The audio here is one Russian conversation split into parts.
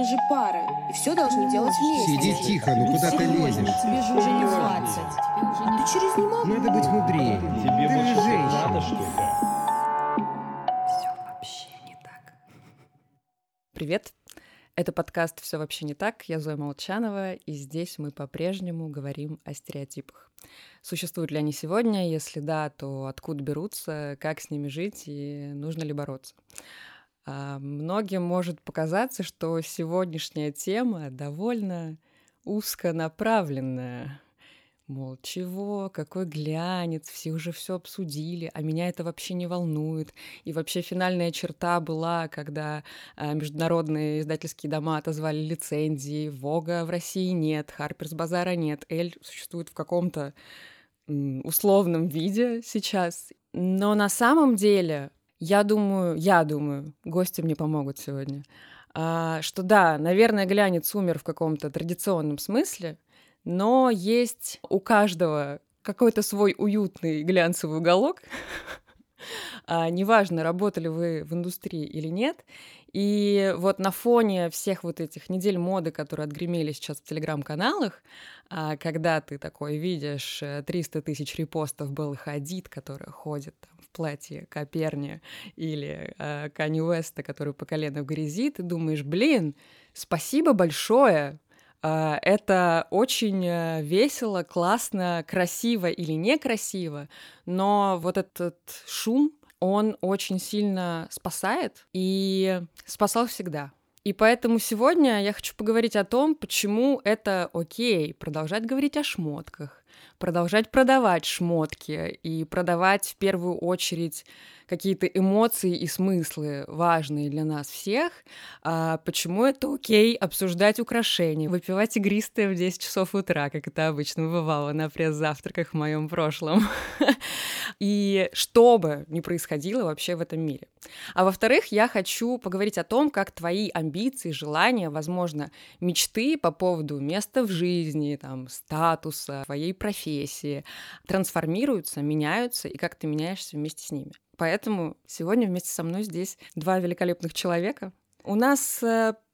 мы же пара, и все должны делать вместе. Сиди тихо, ну куда ты лезешь? Тебе же уже не 20. Ты через не могу. Надо быть мудрее. Тебе Ты больше же женщина. надо, что ли? Все вообще не так. Привет. Это подкаст «Все вообще не так». Я Зоя Молчанова, и здесь мы по-прежнему говорим о стереотипах. Существуют ли они сегодня? Если да, то откуда берутся, как с ними жить и нужно ли бороться? Многим может показаться, что сегодняшняя тема довольно узконаправленная. Мол, чего, какой глянец, все уже все обсудили, а меня это вообще не волнует. И вообще финальная черта была, когда международные издательские дома отозвали лицензии, Вога в России нет, Харперс Базара нет, Эль существует в каком-то условном виде сейчас. Но на самом деле, я думаю, гости мне помогут сегодня, что да, наверное, глянец умер в каком-то традиционном смысле, но есть у каждого какой-то свой уютный глянцевый уголок. Неважно, работали вы в индустрии или нет. И вот на фоне всех вот этих недель моды, которые отгремели сейчас в телеграм-каналах, когда ты такой видишь 300 тысяч репостов Беллы Хадид, которая ходит там в платье Коперни, или Канье Уэста, который по колено в грязи, ты думаешь, блин, спасибо большое, это очень весело, классно, красиво или некрасиво, но вот этот шум, он очень сильно спасает и спасал всегда. И поэтому сегодня я хочу поговорить о том, почему это окей продолжать говорить о шмотках, продолжать продавать шмотки и продавать в первую очередь какие-то эмоции и смыслы, важные для нас всех, почему это окей обсуждать украшения, выпивать игристое в 10 часов утра, как это обычно бывало на пресс-завтраках в моем прошлом. И что бы ни происходило вообще в этом мире. А во-вторых, я хочу поговорить о том, как твои амбиции, желания, возможно, мечты по поводу места в жизни, там, статуса, твоей профессии трансформируются, меняются, и как ты меняешься вместе с ними. Поэтому сегодня вместе со мной здесь два великолепных человека. У нас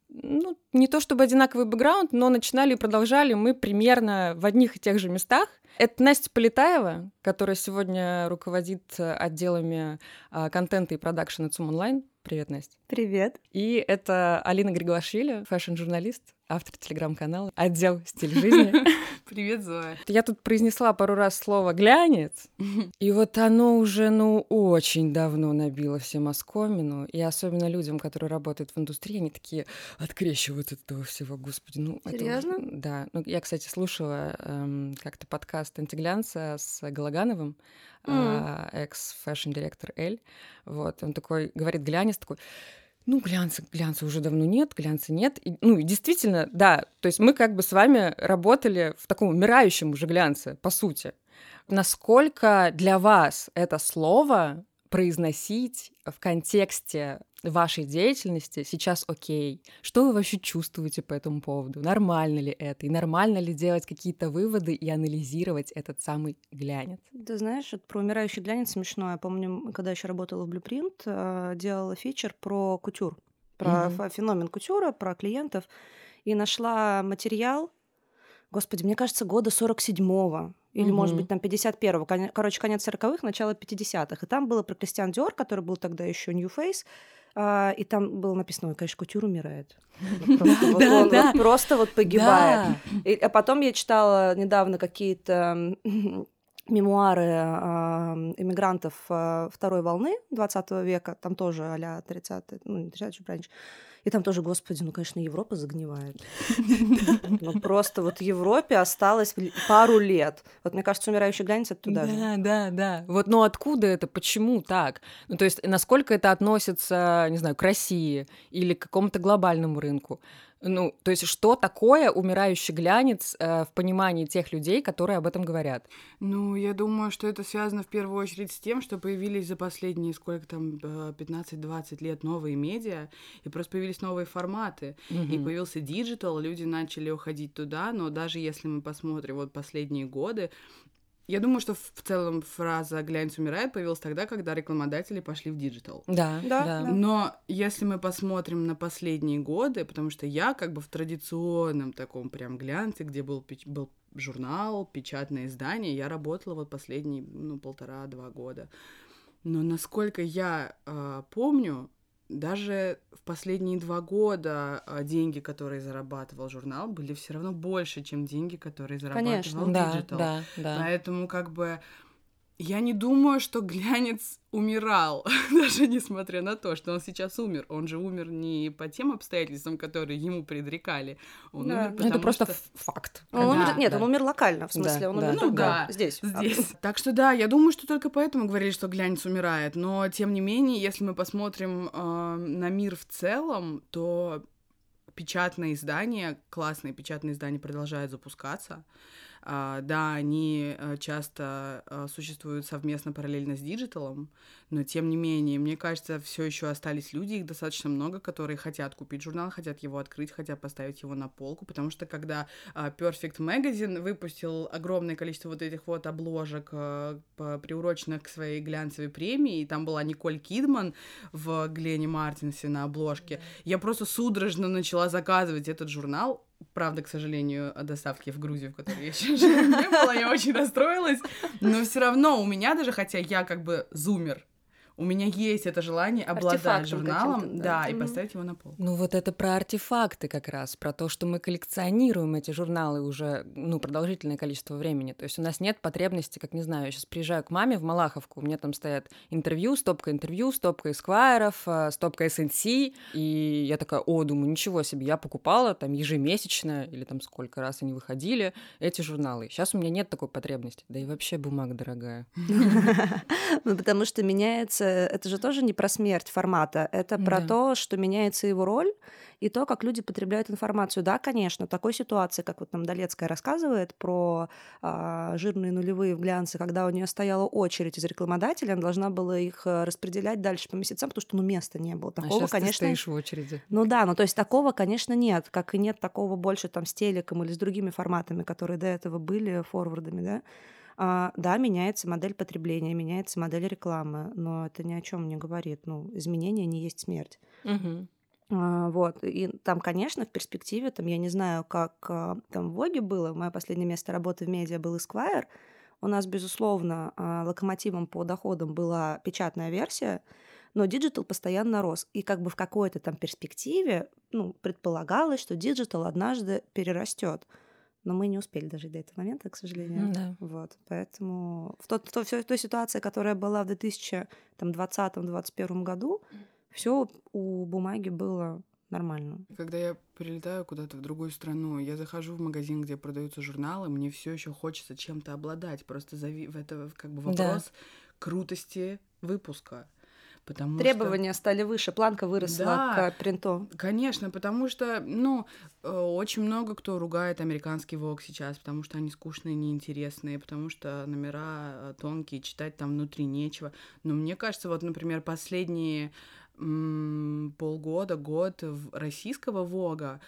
не то чтобы одинаковый бэкграунд, но начинали и продолжали мы примерно в одних и тех же местах. Это Настя Полетаева, которая сегодня руководит отделами контента и продакшена ЦУМ Онлайн. Привет, Настя. Привет. И это Алина Григуашвили, фэшн-журналист, автор телеграм-канала «Отдел стиль жизни». Привет, Зоя. Я тут произнесла пару раз слово «глянец», и вот оно уже, очень давно набило всем оскомину, и особенно людям, которые работают в индустрии, они такие открещивают от этого всего, господи, Серьезно? Да. Я, кстати, слушала как-то подкаст «Антиглянца» с Галагановым, экс-фэшн-директор Эль, вот, он такой, говорит, глянец, такой... глянца уже давно нет, глянца нет. И действительно, да, то есть мы как бы с вами работали в таком умирающем уже глянце, по сути. Насколько для вас это слово произносить в контексте вашей деятельности сейчас окей? Что вы вообще чувствуете по этому поводу? Нормально ли это? И нормально ли делать какие-то выводы и анализировать этот самый глянец? Ты знаешь, про умирающий глянец смешно. Я помню, когда еще работала в Blueprint, делала фичер про кутюр, про феномен кутюра, про клиентов, и нашла материал, господи, мне кажется, года 47-го, или, может быть, там 51-го, короче, конец 40-х, начало 50-х. И там было про Кристиан Диор, который был тогда еще New Face, и там было написано, конечно, кутюр умирает. Он просто погибает. А потом я читала недавно какие-то мемуары иммигрантов второй волны 20 века, там тоже а-ля 30-е, не 30-е, чуть раньше. И там тоже, господи, конечно, Европа загнивает. Просто вот Европе осталось пару лет. Вот мне кажется, умирающий глянец это туда же. Да. Вот, откуда это? Почему так? То есть, насколько это относится, не знаю, к России или к какому-то глобальному рынку? То есть, что такое умирающий глянец в понимании тех людей, которые об этом говорят? Я думаю, что это связано в первую очередь с тем, что появились за последние, 15-20 лет новые медиа, и просто появились новые форматы, и появился диджитал, люди начали уходить туда, но даже если мы посмотрим последние годы, Я думаю, что в целом фраза «глянец умирает» появилась тогда, когда рекламодатели пошли в диджитал. Да. Но если мы посмотрим на последние годы, потому что я как бы в традиционном таком прям глянце, где был журнал, печатное издание, я работала вот последние, 1,5-2 года. Но насколько я помню, даже в последние 2 года деньги, которые зарабатывал журнал, были все равно больше, чем деньги, которые зарабатывал диджитал. Да. Поэтому как бы я не думаю, что глянец умирал, даже несмотря на то, что он сейчас умер. Он же умер не по тем обстоятельствам, которые ему предрекали. Он умер, потому это просто что... факт. Он умер локально, в смысле, он умер здесь. Так что да, я думаю, что только поэтому говорили, что глянец умирает. Но, тем не менее, если мы посмотрим на мир в целом, то печатные издания, классные печатные издания продолжают запускаться. Да, они часто существуют совместно, параллельно с диджиталом, но тем не менее, мне кажется, все еще остались люди, их достаточно много, которые хотят купить журнал, хотят его открыть, хотят поставить его на полку, потому что когда Perfect Magazine выпустил огромное количество вот этих вот обложек, приуроченных к своей глянцевой премии, и там была Николь Кидман в Глене Мартинсе на обложке, я просто судорожно начала заказывать этот журнал. Правда, к сожалению, о доставке в Грузию, в которой я еще живу, не было, я очень расстроилась. Но все равно у меня даже, хотя я как бы зумер, у меня есть это желание обладать журналом, и поставить его на полку. Ну вот это про артефакты как раз, про то, что мы коллекционируем эти журналы уже, продолжительное количество времени. То есть у нас нет потребности, как, не знаю, я сейчас приезжаю к маме в Малаховку, у меня там стоят стопка эсквайров, стопка SNC, и я такая, думаю, ничего себе, я покупала там ежемесячно, или там сколько раз они выходили, эти журналы. Сейчас у меня нет такой потребности, да и вообще бумага дорогая. Потому что меняется. Это же тоже не про смерть формата, это про то, что меняется его роль и то, как люди потребляют информацию. Да, конечно, такой ситуации, как вот нам Долецкая рассказывает про жирные нулевые в глянце, когда у нее стояла очередь из рекламодателей, она должна была их распределять дальше по месяцам, потому что места не было. Такого, сейчас конечно, ты стоишь в очереди. То есть такого, конечно, нет, как и нет такого больше там с телеком или с другими форматами, которые до этого были форвардами, да. Да, меняется модель потребления, меняется модель рекламы, но это ни о чем не говорит. Изменения не есть смерть. Вот. И там, конечно, в перспективе, я не знаю, как там в Воге было, мое последнее место работы в медиа был Esquire, у нас, безусловно, локомотивом по доходам была печатная версия, но диджитал постоянно рос. И как бы в какой-то там перспективе предполагалось, что диджитал однажды перерастет. Но мы не успели дожить до этого момента, к сожалению. Вот. Поэтому в той ситуации, которая была в 2020-2021 году, все у бумаги было нормально. Когда я прилетаю куда-то в другую страну, я захожу в магазин, где продаются журналы, мне все еще хочется чем-то обладать. Просто это как бы вопрос крутости выпуска. Требования стали выше, планка выросла к принту. Конечно, потому что, очень много кто ругает американский Vogue сейчас, потому что они скучные, неинтересные, потому что номера тонкие, читать там внутри нечего. Но мне кажется, вот, например, последние полгода, год российского Vogue,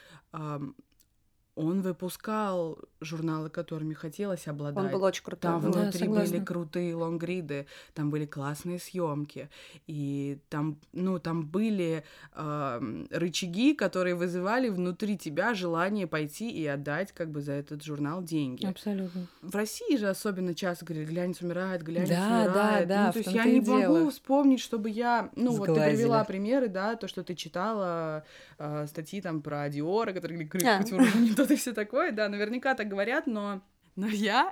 он выпускал журналы, которыми хотелось обладать. Он был очень крутой. Там внутри были крутые лонгриды, там были классные съемки, и там были рычаги, которые вызывали внутри тебя желание пойти и отдать как бы за этот журнал деньги. Абсолютно. В России же особенно часто говорят, глянец умирает, глянец умирает. То есть я не могу вспомнить, чтобы я... Вот ты привела примеры, да, то, что ты читала статьи там про Диора, которые говорили, и все такое, да, наверняка так говорят, но я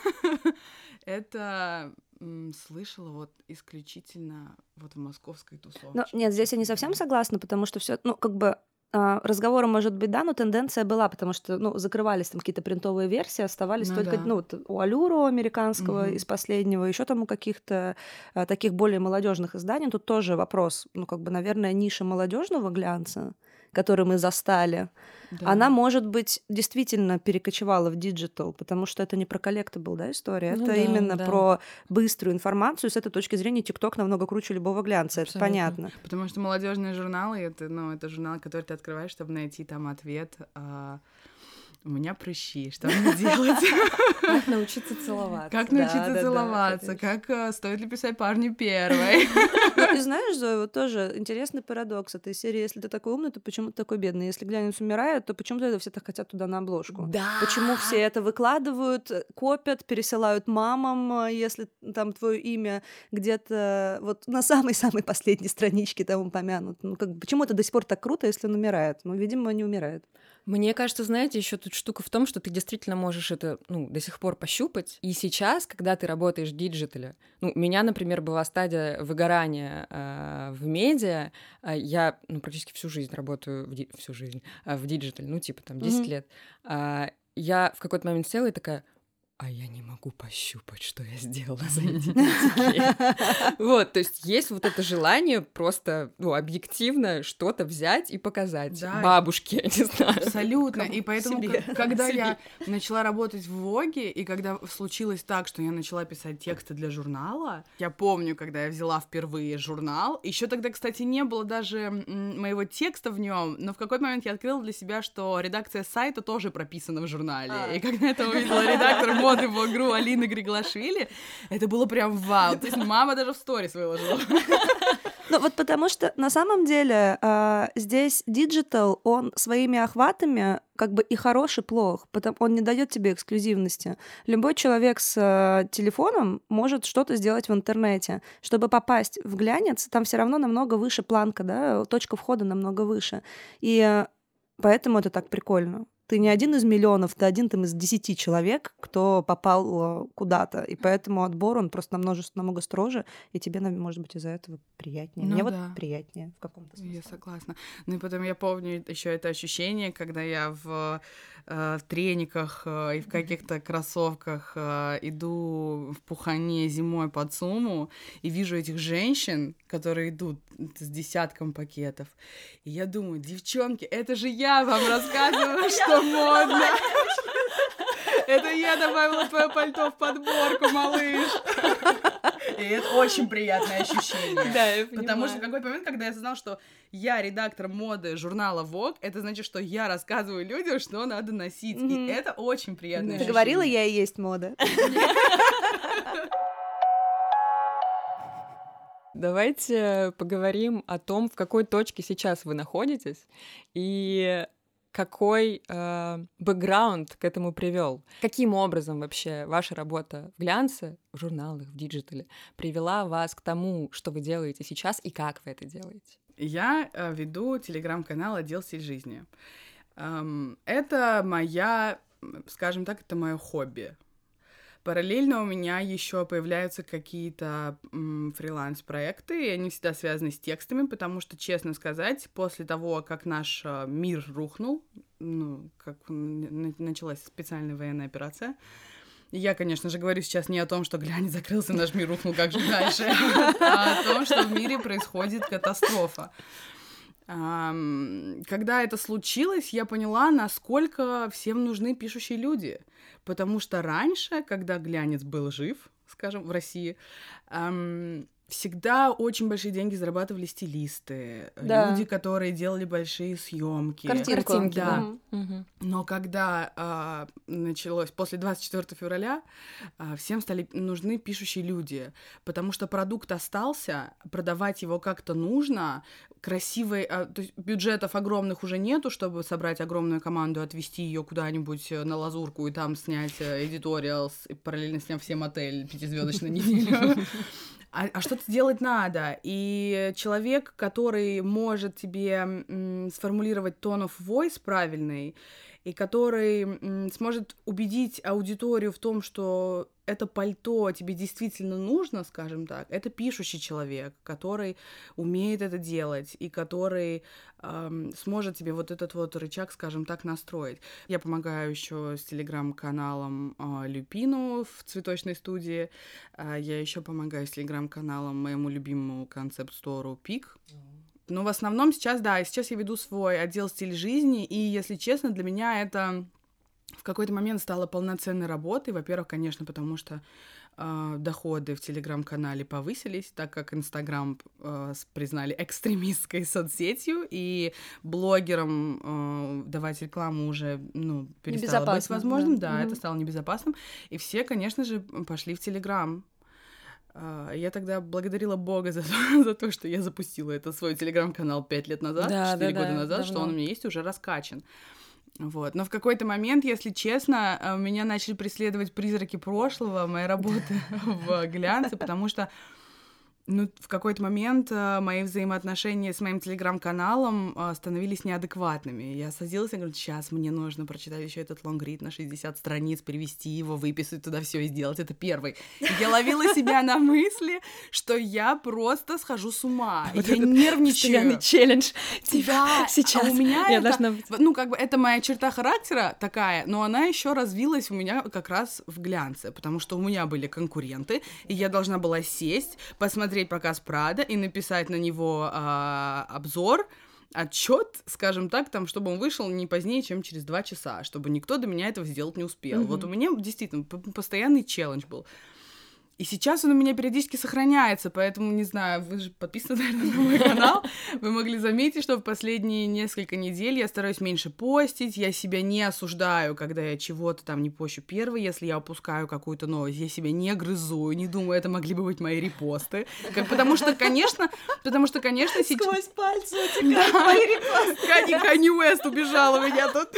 это слышала вот исключительно вот в московской тусовке. Нет, здесь я не совсем согласна, потому что все, разговоры, может быть, да, но тенденция была, потому что, закрывались там какие-то принтовые версии, оставались только, у Allure американского из последнего, еще там у каких-то таких более молодежных изданий. Тут тоже вопрос, наверное, ниша молодежного глянца, который мы застали, она, может быть, действительно перекочевала в диджитал, потому что это не про коллектабл, да, история, это именно про быструю информацию. С этой точки зрения TikTok намного круче любого глянца, это понятно. Потому что молодежные журналы это журналы, которые ты открываешь, чтобы найти там ответ у меня прыщи, что мне делать? Как научиться целоваться. Как научиться целоваться, как стоит ли писать парню первой. Ты знаешь, Зоя, вот тоже интересный парадокс этой серии. Если ты такой умный, то почему ты такой бедный? Если глянец умирает, то почему это все так хотят туда на обложку? Да. Почему все это выкладывают, копят, пересылают мамам, если там твое имя где-то вот на самой-самой последней страничке там упомянут? Ну, почему это до сих пор так круто, если он умирает? Ну, видимо, не умирает. Мне кажется, знаете, еще тут штука в том, что ты действительно можешь это, до сих пор пощупать. И сейчас, когда ты работаешь в диджитале, у меня, например, была стадия выгорания в медиа. Я практически всю жизнь работаю в диджитале, 10 лет. Я в какой-то момент села и такая: а я не могу пощупать, что я сделала за эти 10 лет. Вот, то есть есть вот это желание просто, объективно что-то взять и показать. Да. Бабушке, я не знаю. Абсолютно. И поэтому, когда я начала работать в Воге, и когда случилось так, что я начала писать тексты для журнала, я помню, когда я взяла впервые журнал, еще тогда, кстати, не было даже моего текста в нем, но в какой-то момент я открыла для себя, что редакция сайта тоже прописана в журнале. И когда это увидела редактор моды в игру Алина Григлашвили, это было прям вау. То есть мама даже в сторис выложила. Ну вот потому что на самом деле здесь диджитал, он своими охватами как бы и хорош, и плох, потому он не дает тебе эксклюзивности. Любой человек с телефоном может что-то сделать в интернете. Чтобы попасть в глянец, там все равно намного выше планка, да, точка входа намного выше. И поэтому это так прикольно. Ты не один из миллионов, ты один там из 10 человек, кто попал куда-то. И поэтому отбор, он просто намного строже, и тебе, может быть, из-за этого приятнее. Мне вот приятнее в каком-то смысле. Я согласна. Ну и потом я помню еще это ощущение, когда я в трениках и в каких-то кроссовках иду в пухане зимой под Суму и вижу этих женщин, которые идут с десятком пакетов. И я думаю: девчонки, это же я вам рассказываю, что модно. Это я добавила твое пальто в подборку, малыш. И это очень приятное ощущение. Да, я понимаю. Потому что в какой-то момент, когда я осознала, что я редактор моды журнала Vogue, это значит, что я рассказываю людям, что надо носить. И это очень приятное ощущение. Ты говорила, я и есть мода. Давайте поговорим о том, в какой точке сейчас вы находитесь и какой бэкграунд к этому привел. Каким образом вообще ваша работа в глянце, в журналах, в диджитале привела вас к тому, что вы делаете сейчас и как вы это делаете? Я веду телеграм-канал «Отдел стиль жизни». Это моя, скажем так, это мое хобби. Параллельно у меня еще появляются какие-то фриланс-проекты, и они всегда связаны с текстами, потому что, честно сказать, после того, как наш мир рухнул, как началась специальная военная операция, я, конечно же, говорю сейчас не о том, что глянец закрылся, наш мир рухнул, как же дальше, а о том, что в мире происходит катастрофа. Когда это случилось, я поняла, насколько всем нужны пишущие люди. Потому что раньше, когда глянец был жив, скажем, в России, всегда очень большие деньги зарабатывали стилисты, люди, которые делали большие съемки. Картинки, да. Но когда началось, после 24 февраля, всем стали нужны пишущие люди, потому что продукт остался, продавать его как-то нужно, красивый, то есть бюджетов огромных уже нету, чтобы собрать огромную команду, отвезти ее куда-нибудь на Лазурку и там снять эдиториалс, и параллельно снять всем отель 5-звездочную неделю. А что-то делать надо. И человек, который может тебе сформулировать tone of voice правильный, и который сможет убедить аудиторию в том, что это пальто тебе действительно нужно, скажем так, это пишущий человек, который умеет это делать и который сможет тебе вот этот вот рычаг, скажем так, настроить. Я помогаю еще с телеграм-каналом Люпину в цветочной студии. Я еще помогаю с телеграм-каналом моему любимому концепт-стору Пик. Но в основном сейчас я веду свой отдел стиль жизни, и, если честно, для меня это в какой-то момент стало полноценной работой. Во-первых, конечно, потому что доходы в Телеграм-канале повысились, так как Инстаграм признали экстремистской соцсетью, и блогерам давать рекламу уже перестало быть возможным. Да, это стало небезопасным. И все, конечно же, пошли в Телеграм. Я тогда благодарила Бога за то, что я запустила этот свой Телеграм-канал 5 лет назад, 4 года назад, давно. Что он у меня есть, уже раскачан. Вот. Но в какой-то момент, если честно, меня начали преследовать призраки прошлого, моей работы в глянце, потому что в какой-то момент мои взаимоотношения с моим Телеграм-каналом становились неадекватными. Я садилась и говорю, сейчас мне нужно прочитать еще этот лонгрид на 60 страниц, перевести его, выписать туда все и сделать это первый. И я ловила себя на мысли, что я просто схожу с ума. Вот я нервничаю. Постоянный челлендж. Да, сейчас. А у меня я это, должна быть... это моя черта характера такая, но она еще развилась у меня как раз в глянце, потому что у меня были конкуренты, и я должна была сесть, посмотреть показ Прада и написать на него обзор, отчет, скажем так, там, чтобы он вышел не позднее, чем через 2 часа, чтобы никто до меня этого сделать не успел. Вот у меня действительно постоянный челлендж был. И сейчас он у меня периодически сохраняется, поэтому, не знаю, вы же подписаны, наверное, на мой канал, вы могли заметить, что в последние несколько недель я стараюсь меньше постить, я себя не осуждаю, когда я чего-то там не пощу первый, если я упускаю какую-то новость, я себя не грызу, не думаю, это могли бы быть мои репосты, потому что, конечно, сейчас... Сквозь пальцы утекают мои репосты. Канье Уэст убежал у меня тут.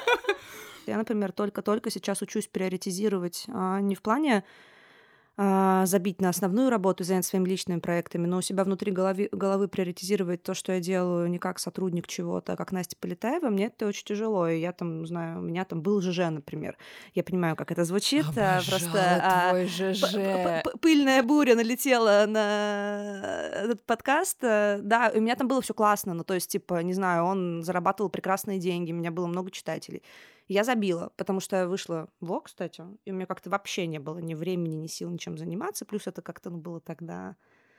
Я, например, только-только сейчас учусь приоритизировать не в плане забить на основную работу, заняться своими личными проектами, но у себя внутри головы приоритизировать то, что я делаю не как сотрудник чего-то, а как Настя Полетаева, мне это очень тяжело. И я там, знаю, у меня там был ЖЖ, например. Я понимаю, как это звучит. Обожала твой ЖЖ. Пыльная буря налетела на этот подкаст. Да, у меня там было все классно. Ну, то есть, типа, не знаю, он зарабатывал прекрасные деньги, у меня было много читателей. Я забила, потому что я вышла в ВОК, кстати, и у меня как-то вообще не было ни времени, ни сил ничем заниматься, плюс это как-то было тогда...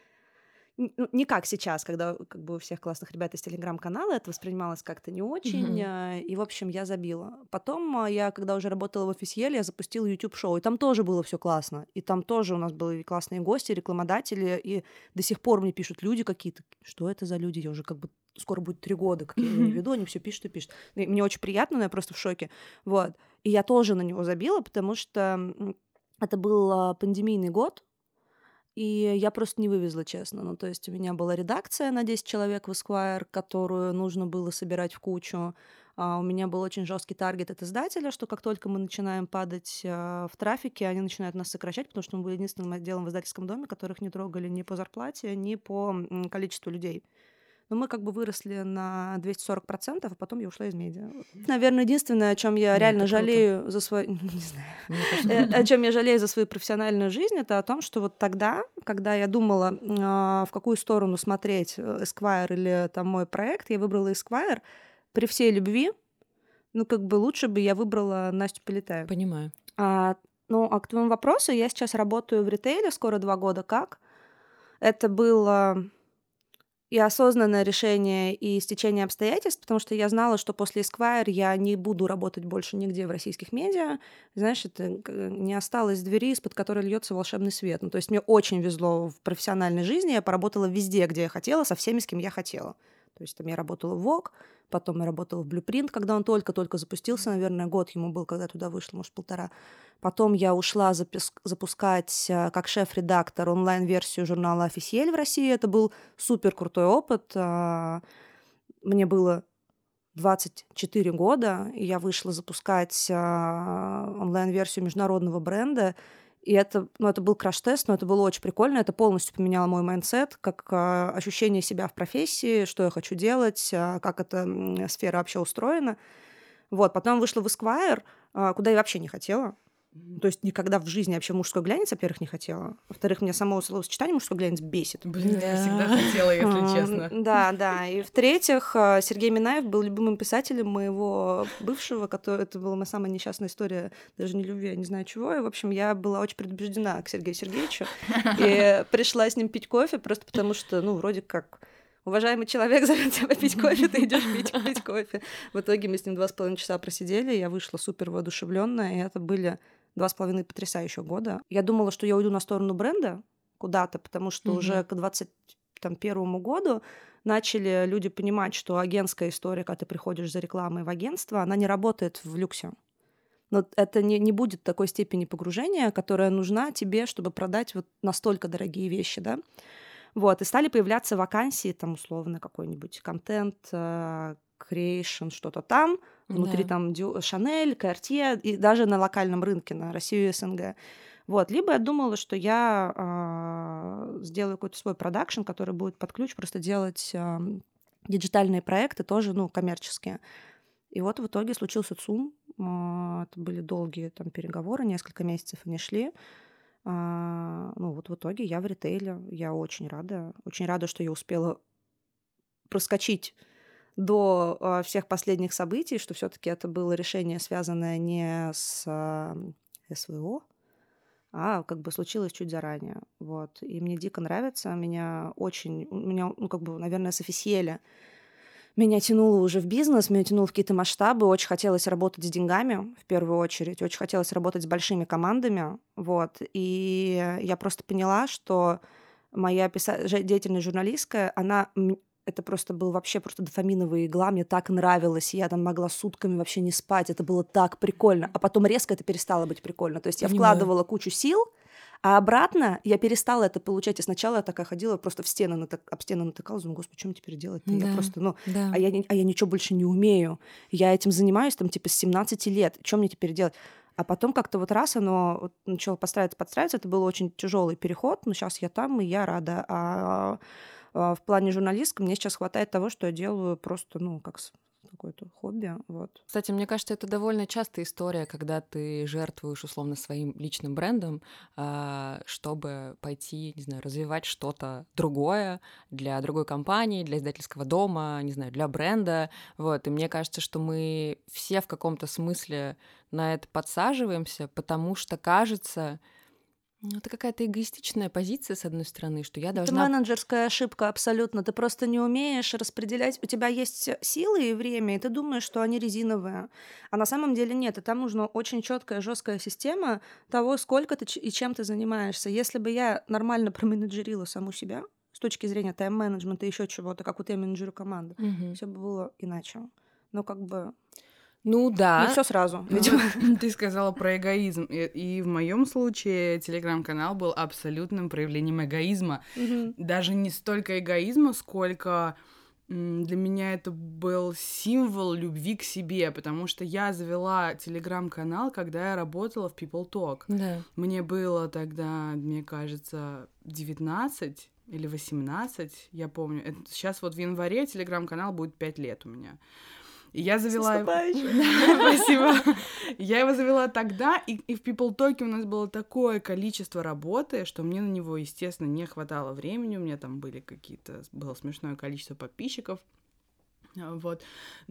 Не как сейчас, когда как бы у всех классных ребят из Телеграм-канала это воспринималось как-то не очень, и, в общем, я забила. Потом я, когда уже работала в офисьеле, я запустила YouTube-шоу, и там тоже было все классно, и там тоже у нас были классные гости, рекламодатели, и до сих пор мне пишут люди какие-то, что это за люди, я уже как бы скоро будет 3 года, как я его не веду, они все пишут и пишут. И мне очень приятно, но я просто в шоке. Вот. И я тоже на него забила, потому что это был пандемийный год, и я просто не вывезла, честно. Ну, то есть у меня была редакция на 10 человек в Esquire, которую нужно было собирать в кучу. У меня был очень жесткий таргет от издателя, что как только мы начинаем падать в трафике, они начинают нас сокращать, потому что мы были единственным отделом в издательском доме, которых не трогали ни по зарплате, ни по количеству людей. Но мы как бы выросли на 240%, а потом я ушла из медиа. Наверное, единственное, о чем я реально жалею за свою... Не знаю. О чем я жалею за свою профессиональную жизнь, это о том, что вот тогда, когда я думала, в какую сторону смотреть, Esquire или там мой проект, я выбрала Esquire. При всей любви, ну, как бы лучше бы я выбрала Настю Полетаеву. Понимаю. А к твоему вопросу, я сейчас работаю в ритейле, скоро 2 года как. Это было... и осознанное решение, и стечение обстоятельств, потому что я знала, что после Esquire я не буду работать больше нигде в российских медиа. Знаешь, это не осталось двери, из-под которой льется волшебный свет. Ну, то есть мне очень везло в профессиональной жизни, я поработала везде, где я хотела, со всеми, с кем я хотела. То есть там я работала в Vogue, потом я работала в Blueprint, когда он только-только запустился, наверное, год ему был, когда я туда вышла, может, 1,5. Потом я ушла запускать как шеф-редактор онлайн-версию журнала «Офисьель» в России. Это был супер крутой опыт. Мне было 24 года, и я вышла запускать онлайн-версию международного бренда. И это был краш-тест, но это было очень прикольно. Это полностью поменяло мой майндсет, как ощущение себя в профессии, что я хочу делать, как эта сфера вообще устроена. Вот. Потом вышла в Esquire, куда я вообще не хотела. То есть никогда в жизни вообще мужской глянец, во-первых, не хотела. Во-вторых, меня само словосочетание мужской глянец бесит. Блин, я всегда хотела, если честно. Да. И в-третьих, Сергей Минаев был любимым писателем моего бывшего, это была моя самая несчастная история, даже не любви, я не знаю чего. И, в общем, я была очень предубеждена к Сергею Сергеевичу. И пришла с ним пить кофе, просто потому что, вроде как... Уважаемый человек зовет тебя пить кофе, ты идешь пить кофе. В итоге мы с ним 2,5 часа просидели, я вышла супер воодушевленная, и это были 2,5 потрясающих года. Я думала, что я уйду на сторону бренда куда-то, потому что уже к 2021 году начали люди понимать, что агентская история, когда ты приходишь за рекламой в агентство, она не работает в люксе. Но это не будет такой степени погружения, которая нужна тебе, чтобы продать вот настолько дорогие вещи, да. Вот, и стали появляться вакансии, там, условно, какой-нибудь контент, creation, что-то там, внутри там Шанель, Cartier, и даже на локальном рынке, на Россию и СНГ. Вот, либо я думала, что я сделаю какой-то свой продакшн, который будет под ключ просто делать диджитальные проекты, тоже, коммерческие. И вот в итоге случился ЦУМ. Это были долгие там переговоры, несколько месяцев они шли. Вот в итоге я в ритейле. Я очень рада, что я успела проскочить до всех последних событий, что все-таки это было решение, связанное не с СВО, а как бы случилось чуть заранее. Вот. И мне дико нравится. Наверное, с офисьеля меня тянуло уже в бизнес, меня тянуло в какие-то масштабы. Очень хотелось работать с деньгами, в первую очередь. Очень хотелось работать с большими командами. Вот. И я просто поняла, что моя деятельность журналистская, это просто был вообще просто дофаминовая игла, мне так нравилось, я там могла сутками вообще не спать, это было так прикольно, а потом резко это перестало быть прикольно, то есть я вкладывала кучу сил, а обратно я перестала это получать, и сначала я такая ходила, просто об стены натыкалась, думаю, господи, что мне теперь делать-то? Я просто, а я ничего больше не умею, я этим занимаюсь там типа с 17 лет, что мне теперь делать? А потом как-то вот раз оно начало подстраиваться, это был очень тяжелый переход, но сейчас я там, и я рада, в плане журналистском мне сейчас хватает того, что я делаю просто, как какое-то хобби. Вот. Кстати, мне кажется, это довольно частая история, когда ты жертвуешь условно своим личным брендом, чтобы пойти, не знаю, развивать что-то другое для другой компании, для издательского дома, не знаю, для бренда. Вот. И мне кажется, что мы все в каком-то смысле на это подсаживаемся, потому что кажется... это какая-то эгоистичная позиция, с одной стороны, что я должна... Это менеджерская ошибка абсолютно. Ты просто не умеешь распределять. У тебя есть силы и время, и ты думаешь, что они резиновые. А на самом деле нет. И там нужна очень четкая, жесткая система того, сколько ты и чем ты занимаешься. Если бы я нормально променеджерила саму себя с точки зрения тайм-менеджмента и еще чего-то, как вот я менеджерю команду, все бы было иначе. Но как бы... да. Не все сразу. Ты сказала про эгоизм. И в моем случае телеграм-канал был абсолютным проявлением эгоизма. Даже не столько эгоизма, сколько для меня это был символ любви к себе, потому что я завела телеграм-канал, когда я работала в People Talk. Да. Мне было тогда, мне кажется, 19 или 18, я помню. Сейчас вот в январе телеграм-канал будет 5 лет у меня. И я завела... Спасибо. Я его завела тогда, и в People Talk у нас было такое количество работы, что мне на него, естественно, не хватало времени. У меня там было смешное количество подписчиков. Вот.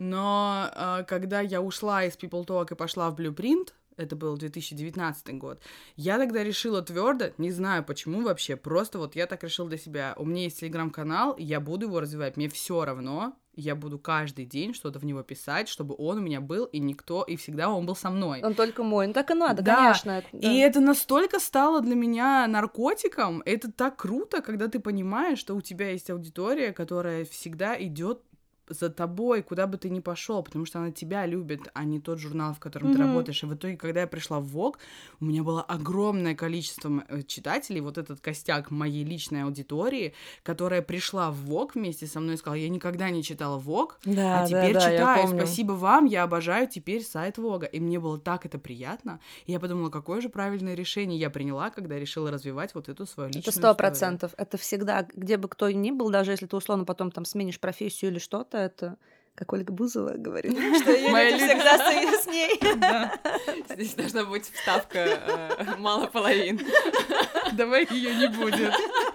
Но когда я ушла из People Talk и пошла в Blueprint, это был 2019 год, я тогда решила твердо, не знаю почему вообще, просто вот я так решила для себя. У меня есть телеграм-канал, я буду его развивать, мне все равно, я буду каждый день что-то в него писать, чтобы он у меня был, и всегда он был со мной. Он только мой. Так и надо, конечно. Да. И это настолько стало для меня наркотиком, это так круто, когда ты понимаешь, что у тебя есть аудитория, которая всегда идет за тобой, куда бы ты ни пошел, потому что она тебя любит, а не тот журнал, в котором ты работаешь. И в итоге, когда я пришла в Vogue, у меня было огромное количество читателей, вот этот костяк моей личной аудитории, которая пришла в Vogue вместе со мной и сказала, я никогда не читала Vogue, а теперь читаю, спасибо вам, я обожаю теперь сайт Vogue. И мне было так это приятно. И я подумала, какое же правильное решение я приняла, когда решила развивать вот эту свою личную историю. 100%. Это всегда, где бы кто ни был, даже если ты условно потом там сменишь профессию или что-то, это, как Ольга Бузова говорит, что я всегда стою с ней. Здесь должна быть вставка «мало половин». Давай ее не будет.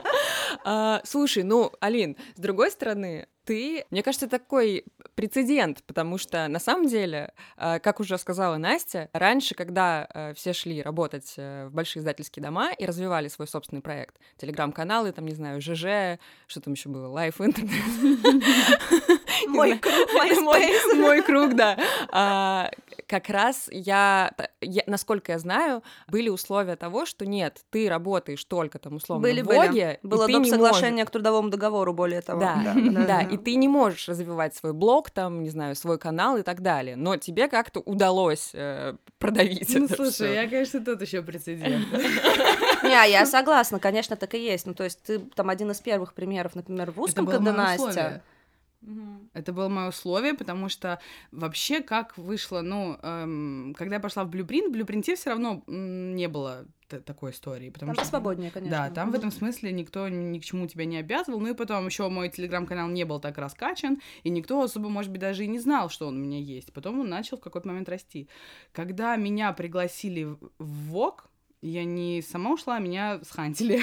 Слушай, Алин, с другой стороны, мне кажется, такой прецедент, потому что, на самом деле, как уже сказала Настя, раньше, когда все шли работать в большие издательские дома и развивали свой собственный проект, телеграм-каналы, там, не знаю, ЖЖ, что там еще было, Лайф Интернет. Мой круг, мой круг, да. как раз насколько я знаю, были условия того, что нет, ты работаешь только там условно в Воге. Было доп. Соглашение к трудовому договору, более того. Да, и ты не можешь развивать свой блог, там, не знаю, свой канал и так далее, но тебе как-то удалось продавить это слушай, всё. я, конечно, тут еще прецедент. Не, я согласна, конечно, так и есть. Ну, то есть ты там один из первых примеров, например, в узком, когда Настя... Это было мое условие, потому что вообще как вышло, когда я пошла в Blueprint, в Blueprint все равно не было такой истории, потому там что свободнее, конечно. Да, там в этом смысле никто ни к чему тебя не обязывал, ну и потом еще мой телеграм-канал не был так раскачан, и никто особо, может быть, даже и не знал, что он у меня есть. Потом он начал в какой-то момент расти. Когда меня пригласили в Vogue, я не сама ушла, меня схантили.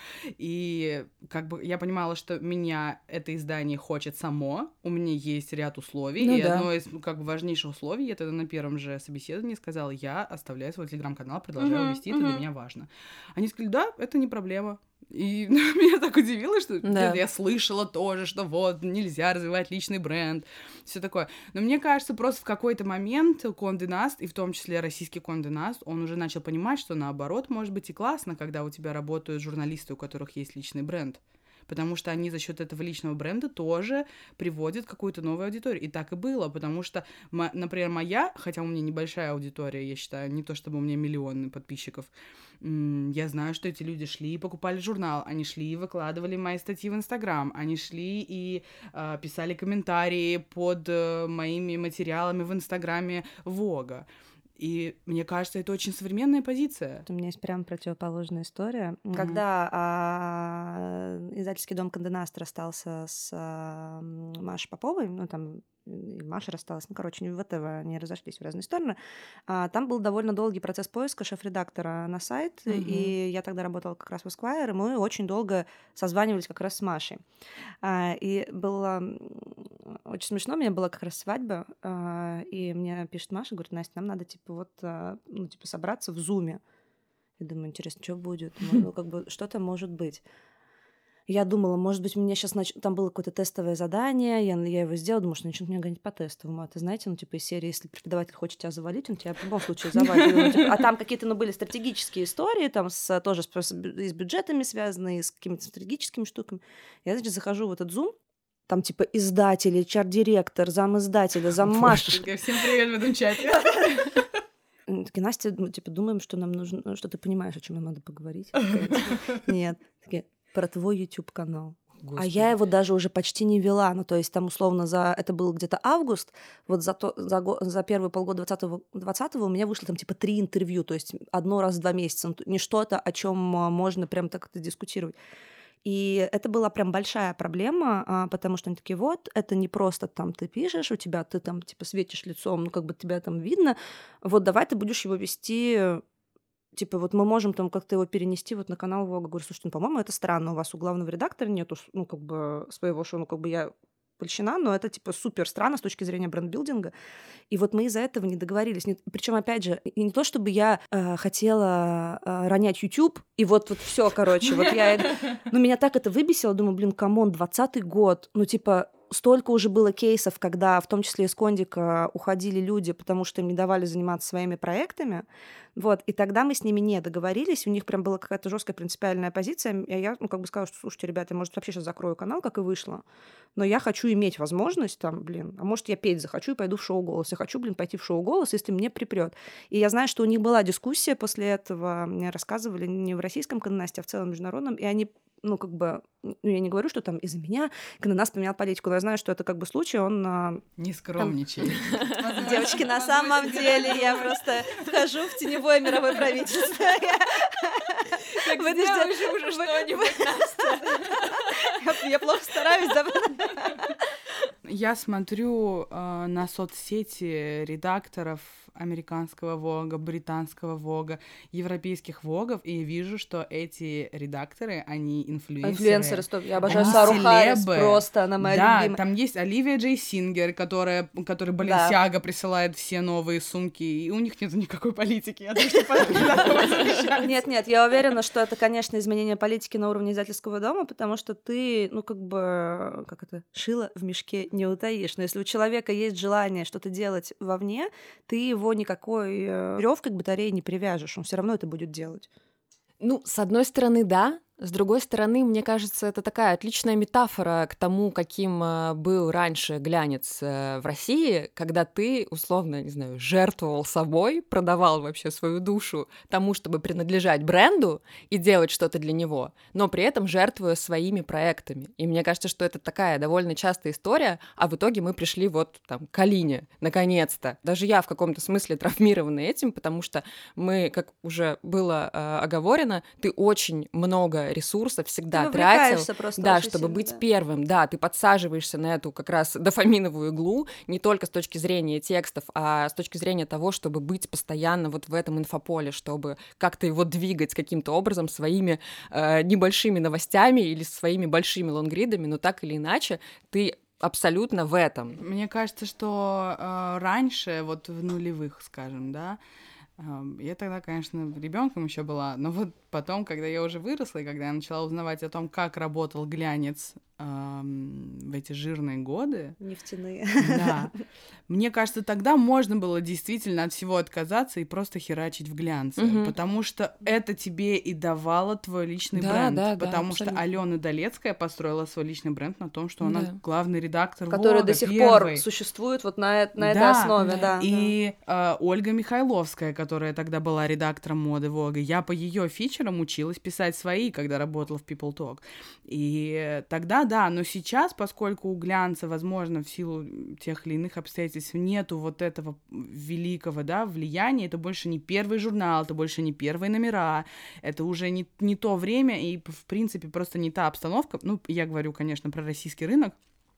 И как бы я понимала, что меня это издание хочет само, у меня есть ряд условий, и одно из как бы важнейших условий, я тогда на первом же собеседовании сказала, я оставляю свой телеграм-канал, продолжаю вести, это для меня важно. Они сказали, да, это не проблема. И меня так удивило, что я слышала тоже, что вот, нельзя развивать личный бренд, все такое. Но мне кажется, просто в какой-то момент Condé Nast, и в том числе российский Condé Nast, он уже начал понимать, что наоборот, может быть и классно, когда у тебя работают журналисты, у которых есть личный бренд. Потому что они за счет этого личного бренда тоже приводят какую-то новую аудиторию. И так и было, потому что, например, моя, хотя у меня небольшая аудитория, я считаю, не то чтобы у меня миллионы подписчиков, я знаю, что эти люди шли и покупали журнал, они шли и выкладывали мои статьи в Инстаграм, они шли и писали комментарии под моими материалами в Инстаграме Вога. И мне кажется, это очень современная позиция. У меня есть прям противоположная история. Когда издательский дом Condé Nast расстался с Машей Поповой, и Маша рассталась, в ВТВ, они разошлись в разные стороны, там был довольно долгий процесс поиска шеф-редактора на сайт, и я тогда работала как раз в Esquire, и мы очень долго созванивались как раз с Машей. И было очень смешно, у меня была как раз свадьба, и мне пишет Маша, говорит, Настя, нам надо, собраться в Зуме. Я думаю, интересно, что будет? Что-то может быть. Я думала, может быть, у меня сейчас там было какое-то тестовое задание, я его сделала, думаю, что начнут меня гонять по тестовому. А ты знаете, из серии, если преподаватель хочет тебя завалить, он тебя в любом случае завалит. А там какие-то, были стратегические истории, там тоже с бюджетами связанные, с какими-то стратегическими штуками. Я, захожу в этот Zoom, там, издатель, HR-директор, замиздателя, заммаш. Всем привет в этом чате. Такие, Настя, думаем, что нам нужно, что ты понимаешь, о чем нам надо поговорить. Нет. Такие, про твой YouTube-канал. Господи. А я его даже уже почти не вела. То есть там условно это был где-то август, вот за первые полгода 2020 у меня вышло там 3 интервью, то есть одно раз в 2 месяца. Не что-то, о чем можно прям так дискутировать. И это была прям большая проблема, потому что они такие, вот, это не просто там ты пишешь, ты там светишь лицом, тебя там видно, вот давай ты будешь его вести... мы можем там как-то его перенести на канал Вога. Говорю, слушайте, по-моему, это странно, у вас у главного редактора нету, своего шоу, я польщена, но это, супер странно с точки зрения бренд-билдинга. И вот мы из-за этого не договорились. Причем, опять же, и не то, чтобы я хотела ронять YouTube, и вот все, короче, меня так это выбесило, думаю, камон, 20-й год, столько уже было кейсов, когда в том числе из Кондика уходили люди, потому что им не давали заниматься своими проектами. И тогда мы с ними не договорились, у них прям была какая-то жесткая принципиальная позиция. И я сказала, что, слушайте, ребята, я, может, вообще сейчас закрою канал, как и вышло, но я хочу иметь возможность, а может, я петь захочу и пойду в шоу «Голос». Я хочу, пойти в шоу «Голос», если мне припрет. И я знаю, что у них была дискуссия после этого, мне рассказывали не в российском Condé Nast, а в целом международном, и они я не говорю, что там из-за меня Condé Nast поменял политику, но я знаю, что это случай, он... Не скромничай. Девочки, на самом деле я просто вхожу в теневое мировое правительство. Вы сделаете уже что-нибудь, Настя. Я плохо стараюсь. Я смотрю на соцсети редакторов американского Вога, британского Вога, европейских Вогов, и вижу, что эти редакторы, они инфлюенсеры. Я обожаю Сару Харрис, просто она моя любимая. Да, там есть Оливия Джей Сингер, которая Баленсиага присылает все новые сумки, и у них нет никакой политики. Нет, я уверена, что это, конечно, изменение политики на уровне издательского дома, потому что ты, шило в мешке не утаишь. Но если у человека есть желание что-то делать вовне, ты его его никакой веревкой к батарее не привяжешь, он все равно это будет делать. Ну, с одной стороны, да. С другой стороны, мне кажется, это такая отличная метафора к тому, каким был раньше глянец в России, когда ты, условно, не знаю, жертвовал собой, продавал вообще свою душу тому, чтобы принадлежать бренду и делать что-то для него, но при этом жертвуя своими проектами. И мне кажется, что это такая довольно частая история, а в итоге мы пришли вот там к Алине, наконец-то. Даже я в каком-то смысле травмирована этим, потому что мы, как уже было оговорено, ты очень много ресурсов всегда тратил, да, чтобы сильно, быть первым, да, ты подсаживаешься на эту как раз дофаминовую иглу не только с точки зрения текстов, а с точки зрения того, чтобы быть постоянно вот в этом инфополе, чтобы как-то его двигать каким-то образом своими небольшими новостями или своими большими лонгридами, но так или иначе ты абсолютно в этом. Мне кажется, что раньше, вот в нулевых, скажем, да, я тогда, конечно, ребенком еще была, но вот потом, когда я уже выросла, и когда я начала узнавать о том, как работал глянец в эти жирные годы... Нефтяные. Да. Мне кажется, тогда можно было действительно от всего отказаться и просто херачить в глянце, потому что это тебе и давало твой личный бренд, потому что Алена Долецкая построила свой личный бренд на том, что она главный редактор Vogue, который до сих пор существует вот на этой основе, И Ольга Михайловская, которая тогда была редактором моды Vogue, я по ее фичерам училась писать свои, когда работала в People Talk. И тогда, да, но сейчас, поскольку у глянца, возможно, в силу тех или иных обстоятельств нету вот этого великого, да, влияния, это больше не первый журнал, это больше не первые номера, это уже не то время и, в принципе, просто не та обстановка. Ну, я говорю, конечно, про российский рынок.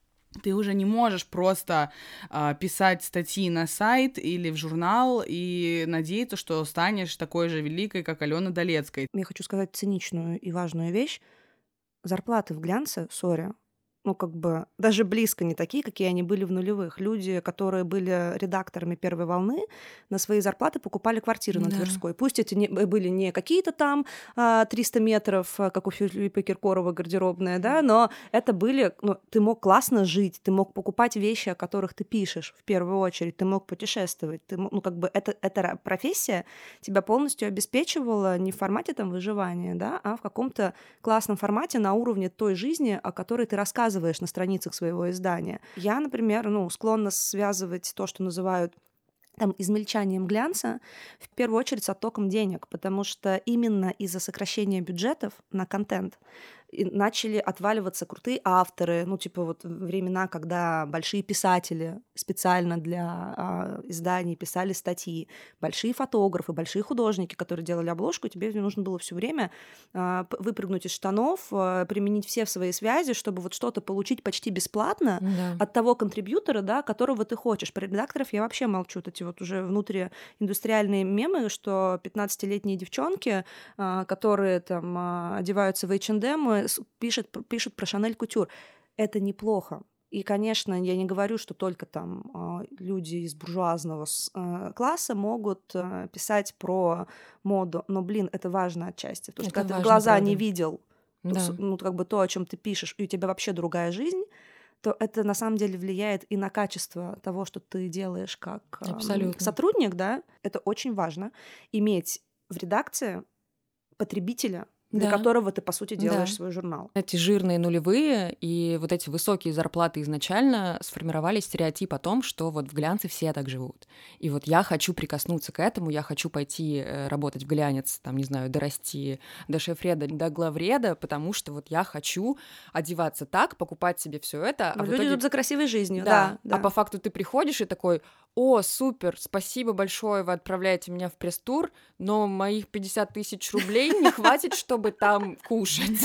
Ты уже не можешь просто писать статьи на сайт или в журнал и надеяться, что станешь такой же великой, как Алена Долецкая. Я хочу сказать циничную и важную вещь. Зарплаты в глянце, сори, ну, как бы, даже близко не такие, какие они были в нулевых. Люди, которые были редакторами первой волны, на свои зарплаты покупали квартиры на Тверской. Пусть эти были не какие-то там 300 метров, как у Филиппа Киркорова гардеробная, да, но это были... Ну, ты мог классно жить, ты мог покупать вещи, о которых ты пишешь, в первую очередь, ты мог путешествовать. Ты мог, ну, как бы, эта профессия тебя полностью обеспечивала не в формате там выживания, да, а в каком-то классном формате на уровне той жизни, о которой ты рассказываешь на страницах своего издания. Я, например, склонна связывать то, что называют там измельчанием глянца, в первую очередь с оттоком денег, потому что именно из-за сокращения бюджетов на контент начали отваливаться крутые авторы, ну, типа вот времена, когда большие писатели специально для изданий писали статьи, большие фотографы, большие художники, которые делали обложку, тебе нужно было все время выпрыгнуть из штанов, применить все свои связи, чтобы вот что-то получить почти бесплатно от того контрибьютора, да, которого ты хочешь. Про редакторов я вообще молчу, эти вот уже внутрииндустриальные мемы, что 15-летние девчонки, которые там одеваются в H&M, пишут про Шанель Кутюр. Это неплохо. И, конечно, я не говорю, что только там люди из буржуазного класса могут писать про моду, но, блин, это важно отчасти. Потому что когда ты в глаза не видел, ну, как бы то, о чем ты пишешь, и у тебя вообще другая жизнь, то это на самом деле влияет и на качество того, что ты делаешь как сотрудник, да. Это очень важно, иметь в редакции потребителя, для которого ты, по сути, делаешь свой журнал. Эти жирные нулевые и вот эти высокие зарплаты изначально сформировали стереотип о том, что вот в глянце все так живут. И вот я хочу прикоснуться к этому, я хочу пойти работать в глянец, там, не знаю, дорасти до шеф-реда, до главреда, потому что вот я хочу одеваться так, покупать себе все это. А люди идут за красивой жизнью, да. А по факту ты приходишь и такой: о, супер, спасибо большое, вы отправляете меня в пресс-тур, но моих 50 тысяч рублей не хватит, чтобы там кушать,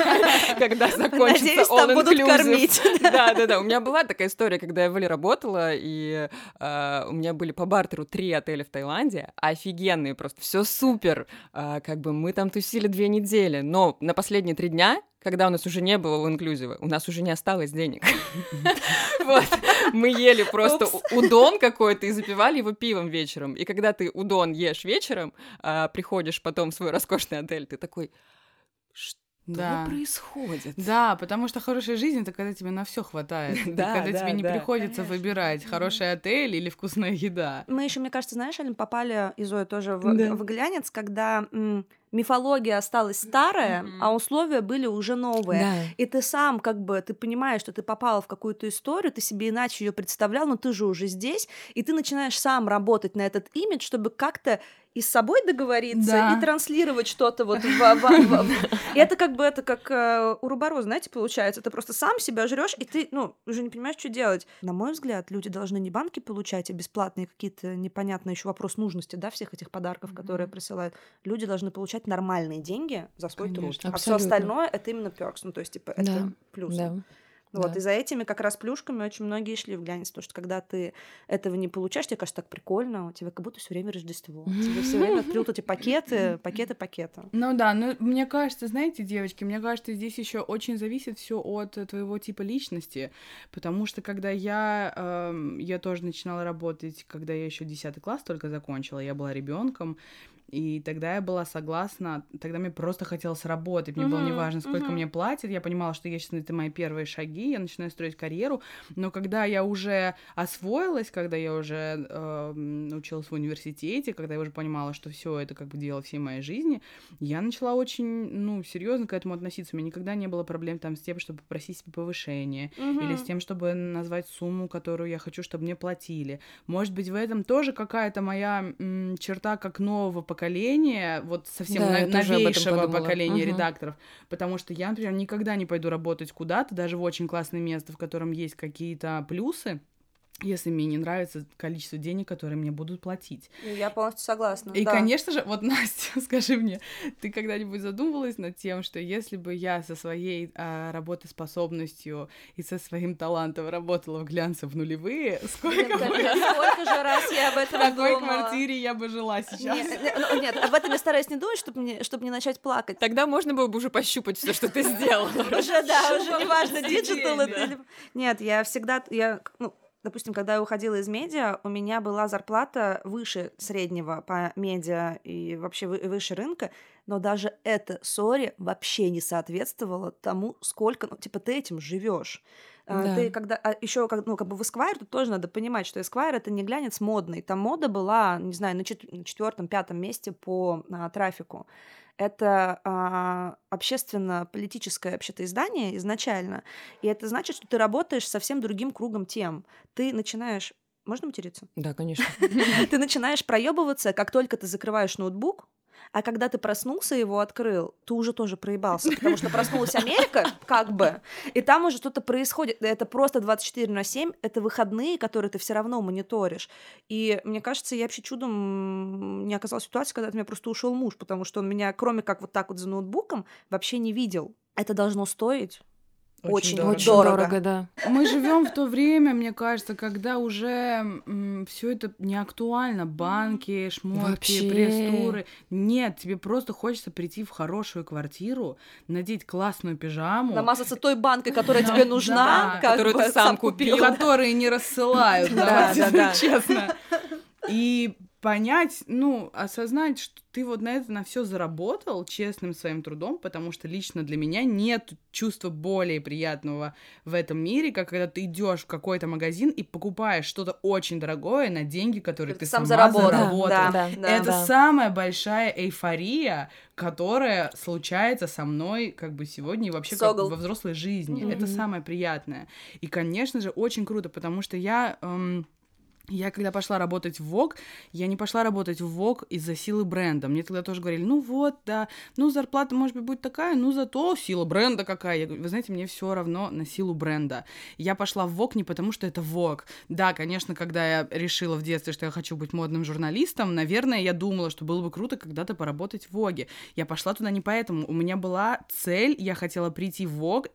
когда закончится. Надеюсь, там будут кормить. Да. У меня была такая история, когда я в Эле работала, и у меня были по бартеру 3 отеля в Таиланде, офигенные просто, все супер. Как бы мы там тусили 2 недели, но на последние 3 дня, когда у нас уже не было all-inclusive, у нас уже не осталось денег. Вот. Мы ели просто удон какой-то и запивали его пивом вечером. И когда ты удон ешь вечером, приходишь потом в свой роскошный отель, ты такой: Да. Что происходит? Да, потому что хорошая жизнь — это когда тебе на все хватает. Да, когда да, тебе не да. приходится выбирать, хороший отель или вкусная еда. Мы еще, мне кажется, знаешь, Алин, попали, и Зоя тоже, Да. в глянец, когда мифология осталась старая, а условия были уже новые. Да. И ты сам как бы, ты понимаешь, что ты попала в какую-то историю, ты себе иначе ее представлял, но ты же уже здесь, и ты начинаешь сам работать на этот имидж, чтобы как-то и с собой договориться, Да. и транслировать что-то вот И это как бы, это как уроборос, знаете, получается. Ты просто сам себя жрешь, и ты, уже не понимаешь, что делать. На мой взгляд, люди должны не банки получать, а бесплатные какие-то непонятные еще вопрос нужности, да, всех этих подарков, которые присылают. Люди должны получать нормальные деньги за свой труд. Конечно. А все Абсолютно. остальное — это именно perks, то есть, типа, это Да. плюсы. Да. Вот, Да. и за этими как раз плюшками очень многие шли в глянец, потому что когда ты этого не получаешь, тебе кажется так прикольно, у тебя как будто все время Рождество. Тебе все время плюют эти пакеты. Ну да, но мне кажется, знаете, девочки, мне кажется, здесь еще очень зависит все от твоего типа личности, потому что когда я тоже начинала работать, когда я еще 10 класс только закончила, я была ребенком. И тогда я была согласна, тогда мне просто хотелось работать, мне было неважно, сколько мне платят, я понимала, что это мои первые шаги, я начинаю строить карьеру, но когда я уже освоилась, когда я уже училась в университете, когда я уже понимала, что все это как бы дело всей моей жизни, я начала очень, серьезно к этому относиться, у меня никогда не было проблем там с тем, чтобы попросить себе повышение, или с тем, чтобы назвать сумму, которую я хочу, чтобы мне платили. Может быть, в этом тоже какая-то моя черта как нового поколения, вот совсем Да, я тоже об этом новейшего подумала. поколения Мгм. редакторов, потому что я, например, никогда не пойду работать куда-то, даже в очень классное место, в котором есть какие-то плюсы, если мне не нравится количество денег, которые мне будут платить. Я полностью согласна. И, да. конечно же, вот, Настя, скажи мне, ты когда-нибудь задумывалась над тем, что если бы я со своей работоспособностью и со своим талантом работала в глянце в нулевые, сколько же раз я об в этом какой думала. квартире я бы жила сейчас? Нет, об этом я стараюсь не думать, чтобы не начать плакать. Тогда можно было бы уже пощупать все, что ты сделала. Уже неважно, диджитал Офигенно. это или... Нет, я всегда, допустим, когда я уходила из медиа, у меня была зарплата выше среднего по медиа и вообще выше рынка, но даже это, вообще не соответствовало тому, сколько, ты этим живешь. Да. Ты когда еще как бы в Esquire тут тоже надо понимать, что Esquire — это не глянец модный, там мода была, не знаю, на 4-5 месте по трафику. Это общественно-политическое вообще-то издание изначально, и это значит, что ты работаешь совсем другим кругом тем. Ты начинаешь... Можно материться? Да, конечно. Ты начинаешь проебываться, как только ты закрываешь ноутбук, а когда ты проснулся и его открыл, ты уже тоже проебался, потому что проснулась Америка, как бы, и там уже что-то происходит. Это просто 24/7, это выходные, которые ты все равно мониторишь. И мне кажется, я вообще чудом не оказалась в ситуации, когда от меня просто ушел муж, потому что он меня, кроме как вот так вот за ноутбуком, вообще не видел. Это должно стоить очень дорого. Да. Мы живем в то время, мне кажется, когда уже все это не актуально. Банки, шмотки, Вообще. пресс-туры. Нет, тебе просто хочется прийти в хорошую квартиру, надеть классную пижаму. Намазаться той банкой, которая тебе нужна, Да, как которую бы ты сам купил. Которые не рассылают, Да, давайте да. честно. И понять, осознать, что ты вот на все заработал честным своим трудом, потому что лично для меня нет чувства более приятного в этом мире, как когда ты идешь в какой-то магазин и покупаешь что-то очень дорогое на деньги, которые ты сама заработал. Да. Это самая большая эйфория, которая случается со мной как бы сегодня и вообще как во взрослой жизни. Это самое приятное. И, конечно же, очень круто, потому что я когда пошла работать в Vogue, я не пошла работать в Vogue из-за силы бренда. Мне тогда тоже говорили, зарплата, может быть, будет такая, зато сила бренда какая. Я говорю, вы знаете, мне все равно на силу бренда. Я пошла в Vogue не потому, что это Vogue. Да, конечно, когда я решила в детстве, что я хочу быть модным журналистом, наверное, я думала, что было бы круто когда-то поработать в Vogue. Я пошла туда не поэтому. У меня была цель, я хотела прийти в Vogue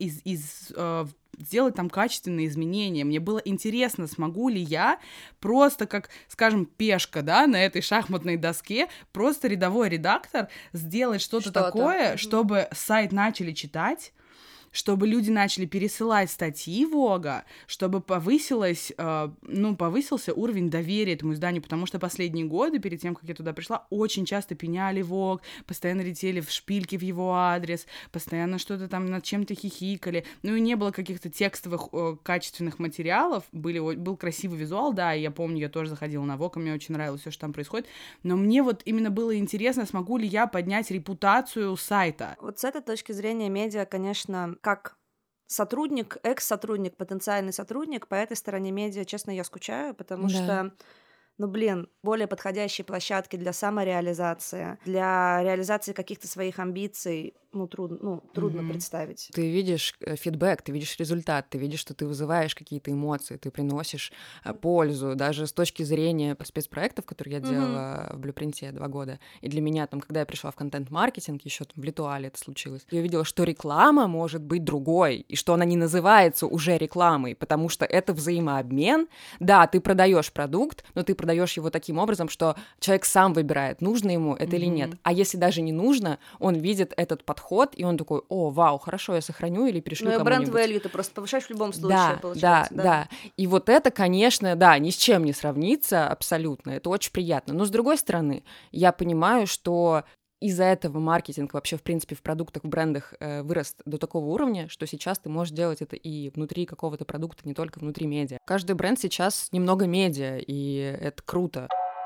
сделать там качественные изменения. Мне было интересно, смогу ли я просто как, скажем, пешка, да, на этой шахматной доске, просто рядовой редактор сделать что-то такое, чтобы сайт начали читать, чтобы люди начали пересылать статьи Vogue, чтобы повысился уровень доверия этому изданию, потому что последние годы, перед тем, как я туда пришла, очень часто пеняли Vogue, постоянно летели в шпильки в его адрес, постоянно что-то там над чем-то хихикали, и не было каких-то текстовых качественных материалов, был красивый визуал, да, и я помню, я тоже заходила на Vogue, мне очень нравилось все, что там происходит, но мне вот именно было интересно, смогу ли я поднять репутацию сайта. Вот с этой точки зрения медиа, конечно, как сотрудник, экс-сотрудник, потенциальный сотрудник, по этой стороне медиа, честно, я скучаю, потому что, более подходящие площадки для самореализации, для реализации каких-то своих амбиций, трудно представить. Ты видишь фидбэк, ты видишь результат, ты видишь, что ты вызываешь какие-то эмоции, ты приносишь пользу, даже с точки зрения спецпроектов, которые я делала в Блюпринте 2 года. И для меня, когда я пришла в контент-маркетинг, еще в Литуале это случилось, я увидела, что реклама может быть другой, и что она не называется уже рекламой, потому что это взаимообмен. Да, ты продаешь продукт, но ты продаешь его таким образом, что человек сам выбирает, нужно ему это или нет. А если даже не нужно, он видит этот подход, и он такой: о, вау, хорошо, я сохраню или пришлю кому-нибудь. Бренд-value ты просто повышаешь в любом случае, получается. Да. И вот это, конечно, да, ни с чем не сравнится абсолютно, это очень приятно. Но с другой стороны, я понимаю, что из-за этого маркетинг вообще, в принципе, в продуктах, в брендах вырос до такого уровня, что сейчас ты можешь делать это и внутри какого-то продукта, не только внутри медиа. Каждый бренд сейчас немного медиа, и это круто.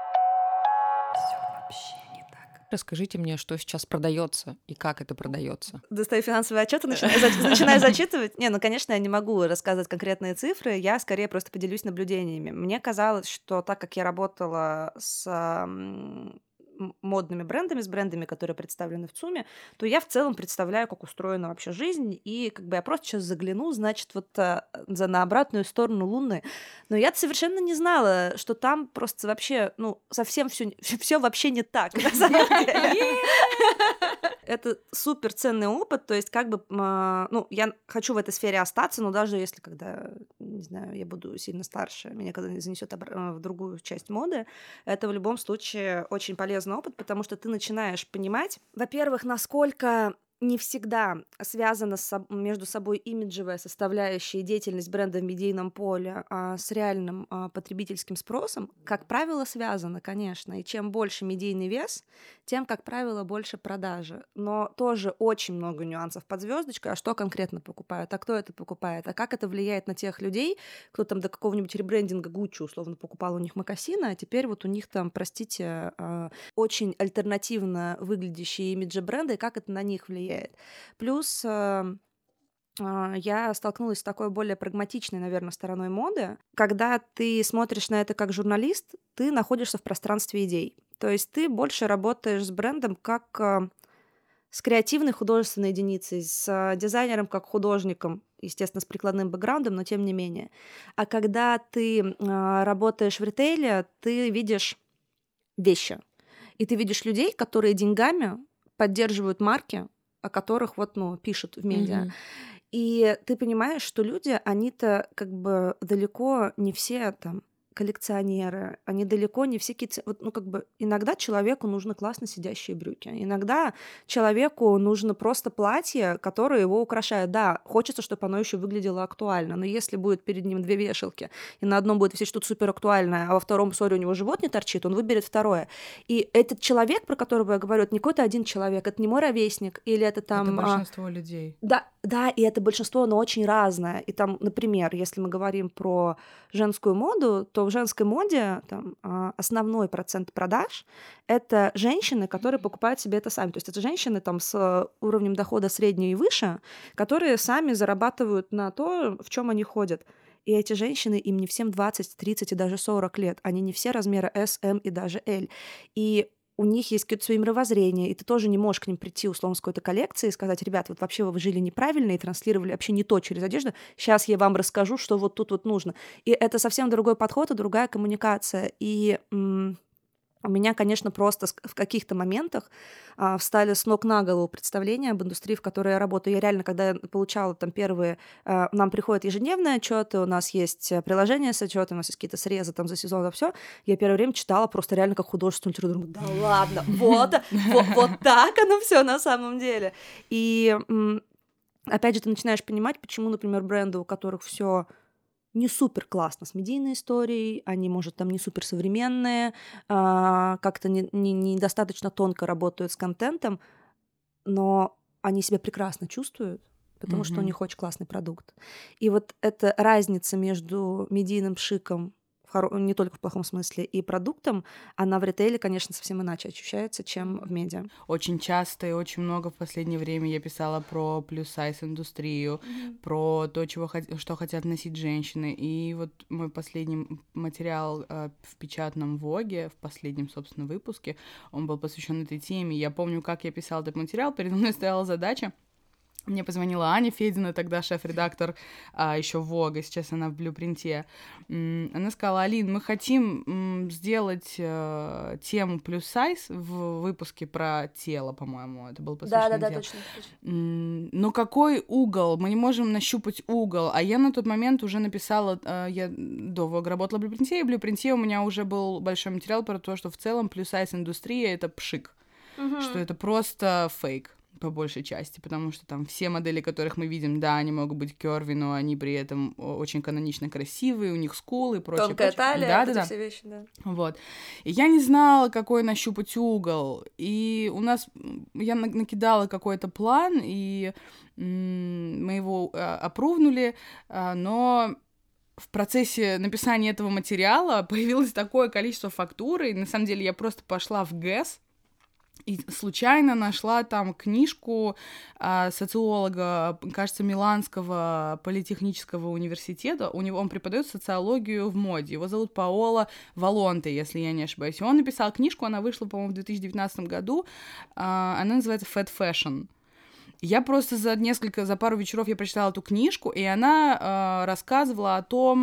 Расскажите мне, что сейчас продается и как это продается. Достаю финансовые отчеты, начинаю зачитывать. Конечно, я не могу рассказывать конкретные цифры, я скорее просто поделюсь наблюдениями. Мне казалось, что так как я работала с модными брендами, с брендами, которые представлены в ЦУМе, то я в целом представляю, как устроена вообще жизнь, и я просто сейчас загляну, значит, на обратную сторону Луны. Но я совершенно не знала, что там просто вообще, совсем все вообще не так, на самом деле. Это супер ценный опыт, то есть я хочу в этой сфере остаться, но даже если когда, не знаю, я буду сильно старше, меня когда занесет в другую часть моды, это в любом случае очень полезный опыт, потому что ты начинаешь понимать, во-первых, насколько не всегда связана между собой имиджевая составляющая и деятельность бренда в медийном поле с реальным потребительским спросом, как правило, связано, конечно. И чем больше медийный вес, тем, как правило, больше продажи. Но тоже очень много нюансов под звездочкой. А что конкретно покупают? А кто это покупает? А как это влияет на тех людей, кто там до какого-нибудь ребрендинга Гуччи условно покупал у них мокасины, а теперь вот у них там, простите, очень альтернативно выглядящие имиджи бренда, и как это на них влияет. Плюс я столкнулась с такой более прагматичной, наверное, стороной моды. Когда ты смотришь на это как журналист, ты находишься в пространстве идей. То есть ты больше работаешь с брендом как с креативной художественной единицей, с дизайнером как художником, естественно, с прикладным бэкграундом, но тем не менее. А когда ты работаешь в ритейле, ты видишь вещи. И ты видишь людей, которые деньгами поддерживают марки, о которых пишут в медиа. И ты понимаешь, что люди, они-то далеко не все там коллекционеры, они далеко не все какие-то... иногда человеку нужны классно сидящие брюки, иногда человеку нужно просто платье, которое его украшает. Да, хочется, чтобы оно еще выглядело актуально, но если будет перед ним 2 вешалки, и на одном будет висеть что-то супер актуальное, а во втором, у него живот не торчит, он выберет второе. И этот человек, про которого я говорю, это не какой-то один человек, это не мой ровесник, или это там... Это большинство людей. Да, и это большинство, но очень разное. И там, например, если мы говорим про женскую моду, то в женской моде основной процент продаж — это женщины, которые покупают себе это сами. То есть это женщины с уровнем дохода средний и выше, которые сами зарабатывают на то, в чем они ходят. И эти женщины, им не всем 20, 30 и даже 40 лет. Они не все размера S, M и даже L. И у них есть какое-то свое мировоззрение, и ты тоже не можешь к ним прийти, условно, с какой-то коллекцией и сказать: ребят, вообще вы жили неправильно и транслировали вообще не то через одежду, сейчас я вам расскажу, что вот тут нужно. И это совсем другой подход и другая коммуникация. И у меня, конечно, просто в каких-то моментах встали с ног на голову представления об индустрии, в которой я работаю. Я реально, когда я получала первые... Нам приходят ежедневные отчеты, у нас есть приложение с отчетами, у нас есть какие-то срезы за сезон, за все. Я первое время читала просто реально как художественную литературу. Да ладно, вот так оно все на самом деле. И опять же, ты начинаешь понимать, почему, например, бренды, у которых все не супер классно с медийной историей, они, может, там не супер современные, как-то недостаточно тонко работают с контентом, но они себя прекрасно чувствуют, потому что у них очень классный продукт. И вот эта разница между медийным шиком, не только в плохом смысле, и продуктом, она в ритейле, конечно, совсем иначе ощущается, чем в медиа. Очень часто и очень много в последнее время я писала про плюс-сайз индустрию, про то, что хотят носить женщины. И вот мой последний материал в печатном Воге, в последнем, собственно, выпуске, он был посвящен этой теме. Я помню, как я писала этот материал, передо мной стояла задача. Мне позвонила Аня Федина, тогда шеф-редактор еще Вога, сейчас она в Блюпринте. Она сказала: Алин, мы хотим сделать тему плюс-сайз в выпуске про тело, по-моему, это был посвящен Да, телу. точно. Но какой угол? Мы не можем нащупать угол. А я на тот момент уже написала, я до Вога работала в Блюпринте, и в Блюпринте у меня уже был большой материал про то, что в целом плюс-сайз индустрия — это пшик, что это просто фейк по большей части, потому что там все модели, которых мы видим, да, они могут быть кёрви, но они при этом очень канонично красивые, у них скулы и прочее. Тонкая талия, да. все вещи, да. Вот. И я не знала, какой нащупать угол. И я накидала какой-то план, и мы его опрувнули, но в процессе написания этого материала появилось такое количество фактур, и на самом деле я просто пошла в ГЭС, и случайно нашла там книжку социолога, кажется, Миланского политехнического университета. Он преподает социологию в моде. Его зовут Паоло Волонте, если я не ошибаюсь. И он написал книжку, она вышла, по-моему, в 2019 году. Она называется «Fat Fashion». Я просто за пару вечеров я прочитала эту книжку, и она рассказывала о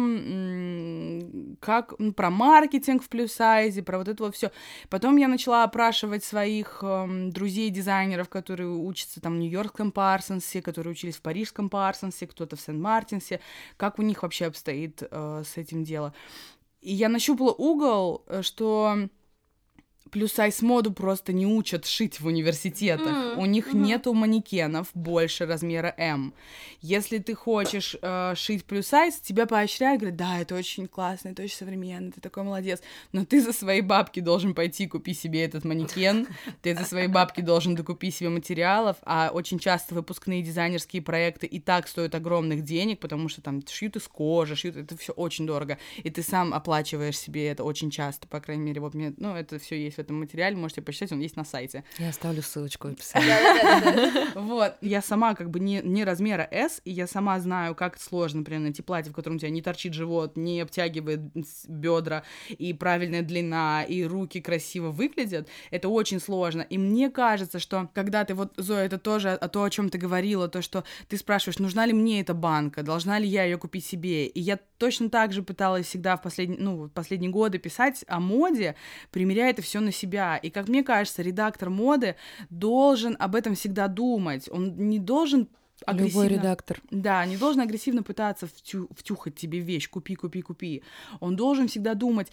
том, как про маркетинг в плюс-сайзе, про вот это вот все. Потом я начала опрашивать своих друзей-дизайнеров, которые учатся там в Нью-Йоркском Парсонсе, которые учились в Парижском Парсонсе, кто-то в Сент-Мартинсе, как у них вообще обстоит с этим дело. И я нащупала угол, что плюс-сайз моду просто не учат шить в университетах. У них нету манекенов больше размера М. Если ты хочешь шить плюс-сайз, тебя поощряют, говорят: да, это очень классно, это очень современно, ты такой молодец. Но ты за свои бабки должен пойти купи себе этот манекен, ты за свои бабки должен докупи себе материалов, а очень часто выпускные дизайнерские проекты и так стоят огромных денег, потому что там шьют из кожи, это все очень дорого, и ты сам оплачиваешь себе это очень часто, по крайней мере, вот мне, это все есть в этом материале, можете почитать, он есть на сайте. Я оставлю ссылочку в описании. Вот, я сама как бы не размера S, и я сама знаю, как сложно, например, найти платье, в котором у тебя не торчит живот, не обтягивает бедра, и правильная длина, и руки красиво выглядят. Это очень сложно. И мне кажется, что когда ты, вот, Зоя, это тоже то, о чем ты говорила, то, что ты спрашиваешь, нужна ли мне эта банка, должна ли я ее купить себе. И я точно так же пыталась всегда в последние годы писать о моде, примеряя это все на себя. И, как мне кажется, редактор моды должен об этом всегда думать. Он не должен агрессивно... Любой редактор. Да, не должен агрессивно пытаться втюхать тебе вещь, купи. Он должен всегда думать: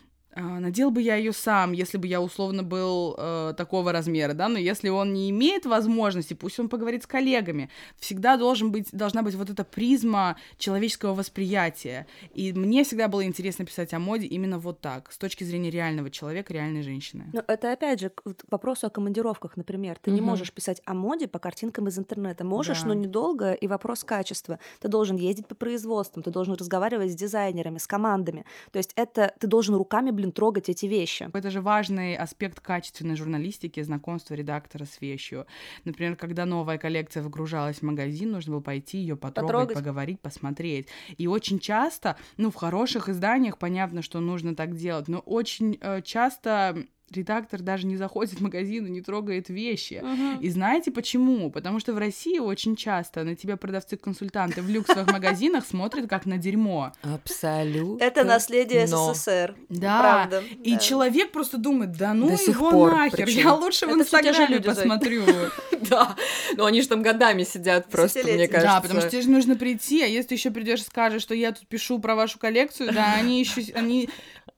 надел бы я ее сам, если бы я условно был такого размера, да, но если он не имеет возможности, пусть он поговорит с коллегами. Всегда должна быть вот эта призма человеческого восприятия. И мне всегда было интересно писать о моде именно вот так, с точки зрения реального человека, реальной женщины. Но это, опять же, к вопросу о командировках, например. Ты не можешь писать о моде по картинкам из интернета. Можешь, но недолго, и вопрос качества. Ты должен ездить по производствам, ты должен разговаривать с дизайнерами, с командами. То есть это ты должен руками, трогать эти вещи. Это же важный аспект качественной журналистики, знакомства редактора с вещью. Например, когда новая коллекция выгружалась в магазин, нужно было пойти ее потрогать, поговорить, посмотреть. И очень часто, в хороших изданиях понятно, что нужно так делать, но очень часто редактор даже не заходит в магазин и не трогает вещи. И знаете почему? Потому что в России очень часто на тебя продавцы-консультанты в люксовых магазинах смотрят как на дерьмо. Абсолютно. Это наследие СССР. Да. Правда. И человек просто думает: да ну До его нахер, я лучше в Инстаграме посмотрю. Да, но они же там годами сидят просто, мне кажется. Да, потому что тебе же нужно прийти, а если ты еще придешь и скажешь, что я тут пишу про вашу коллекцию, да, они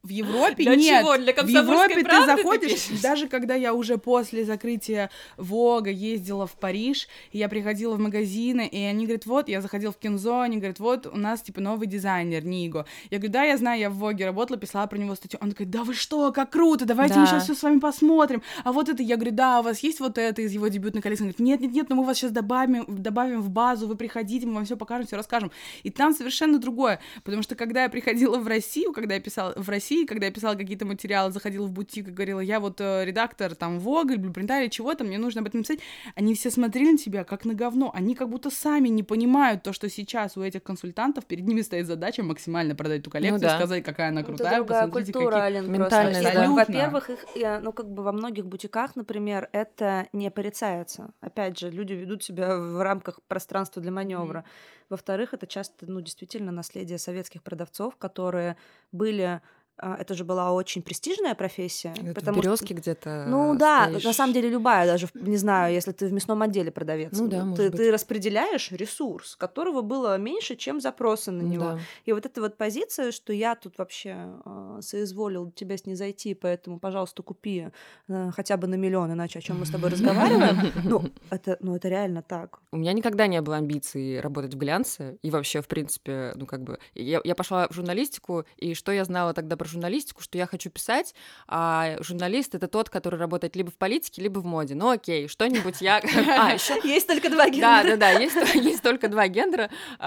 В Европе Для нет. чего? Для В «Комсомольской Европе ты правды» ты заходишь, пишешь? даже когда я уже после закрытия Вога ездила в Париж, и я приходила в магазины, и они говорят, вот, я заходила в Кензо, они говорят, вот, у нас, типа, новый дизайнер, Ниго. Я говорю, да, я знаю, я в Воге работала, писала про него статью. Он такой, да вы что, как круто, давайте мы Да. сейчас все с вами посмотрим. А вот это, я говорю, да, у вас есть вот это из его дебютной коллекции? Он говорит, нет, но мы вас сейчас добавим в базу, вы приходите, мы вам все покажем, все расскажем. И там совершенно другое, потому что когда я приходила в Россию, когда я писала какие-то материалы, заходила в бутик и говорила, я вот редактор там Vogue, Блюпринта или чего-то, мне нужно об этом писать, они все смотрели на тебя как на говно, они как будто сами не понимают то, что сейчас у этих консультантов перед ними стоит задача максимально продать ту коллекцию, Ну да. сказать, какая она Это крутая, другая посмотрите, культура, какие... Алин, Ментальность, просто. да. Во-первых, во многих бутиках, например, это не порицается. Опять же, люди ведут себя в рамках пространства для маневра. Во-вторых, это часто, действительно наследие советских продавцов, которые были... Это же была очень престижная профессия. Где-то в потому что- «Берёзке» где-то Ну да, стоишь. на самом деле любая, даже, не знаю, если ты в мясном отделе продавец. Ну да, может быть. ты распределяешь ресурс, которого было меньше, чем запросы на него. Да. И вот эта вот позиция, что я тут вообще соизволил тебя снизойти, поэтому, пожалуйста, купи хотя бы на 1 миллион, иначе о чем мы с тобой разговариваем. Это реально так. У меня никогда не было амбиций работать в глянце, и вообще, в принципе, я пошла в журналистику, и что я знала тогда про журналистику, что я хочу писать, а журналист — это тот, который работает либо в политике, либо в моде. Ну окей, что-нибудь я... Есть только 2 гендера. Да, есть только 2 гендера.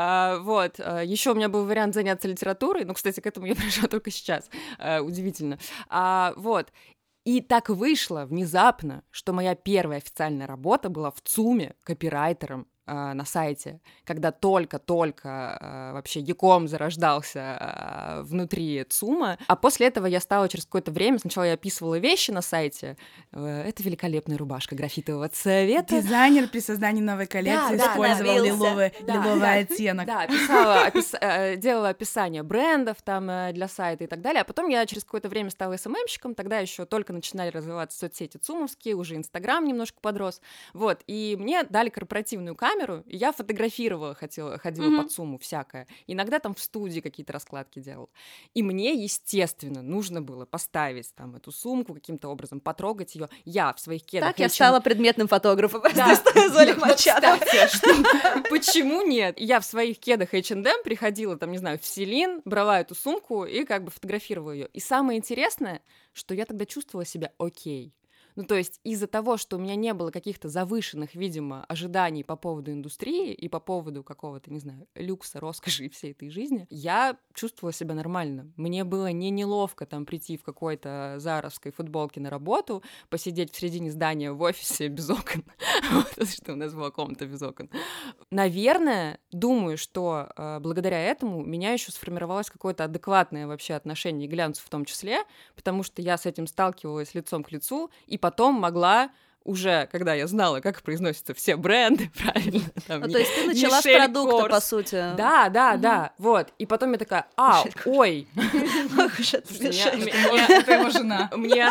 Вот. Еще у меня был вариант заняться литературой, кстати, к этому я пришла только сейчас. Удивительно. Вот. И так вышло внезапно, что моя первая официальная работа была в ЦУМе копирайтером на сайте, когда только-только вообще Яком зарождался внутри ЦУМа. А после этого я стала через какое-то время, сначала я описывала вещи на сайте. Это великолепная рубашка графитового цвета. Дизайнер при создании новой коллекции Да, использовал вдохновился. лиловый оттенок. Да, делала описание брендов там для сайта и так далее. А потом я через какое-то время стала СММщиком, тогда еще только начинали развиваться соцсети ЦУМовские, уже Инстаграм немножко подрос. Вот, и мне дали корпоративную камеру, и я фотографировала, ходила по ЦУМу всякое. Иногда там в студии какие-то раскладки делала. И мне, естественно, нужно было поставить там эту сумку каким-то образом, потрогать ее. Я в своих кедах... Так я стала предметным фотографом. Да. Золи Мачадова. Почему нет? Я в своих кедах H&M приходила, там, не знаю, в Селин, брала эту сумку и как бы фотографировала ее. И самое интересное, что я тогда чувствовала себя окей. То есть из-за того, что у меня не было каких-то завышенных, видимо, ожиданий по поводу индустрии и по поводу какого-то, не знаю, люкса, роскоши и всей этой жизни, я чувствовала себя нормально. Мне было не неловко там прийти в какой-то заровской футболке на работу, посидеть в середине здания в офисе без окон, потому что у нас была комната без окон. Наверное, думаю, что благодаря этому у меня еще сформировалось какое-то адекватное вообще отношение к глянцу в том числе, потому что я с этим сталкивалась лицом к лицу, и потом могла уже, когда я знала, как произносятся все бренды, правильно? То есть ты начала с продукта, по сути. Да, вот. И потом я такая, ой. Это его жена.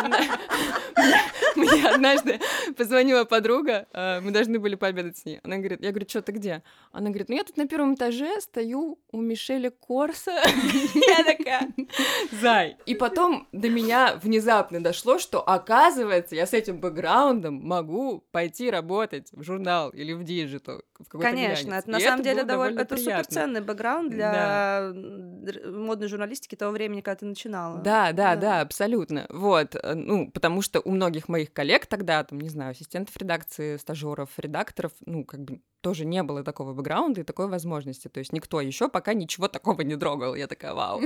Мне однажды позвонила подруга, мы должны были пообедать с ней. Она говорит, я говорю, что ты где? Она говорит, я тут на 1-м этаже стою у Мишеля Корса. Я такая, зай. И потом до меня внезапно дошло, что, оказывается, я с этим бэкграундом могу пойти работать в журнал или в диджитал. Конечно, это на самом деле это суперценный бэкграунд для модной журналистики того времени, когда ты начинала. Да, абсолютно. Вот, потому что у многих моих коллег тогда, там, не знаю, ассистентов редакции, стажеров, редакторов, тоже не было такого бэкграунда и такой возможности. То есть никто еще пока ничего такого не трогал. Я такая, вау.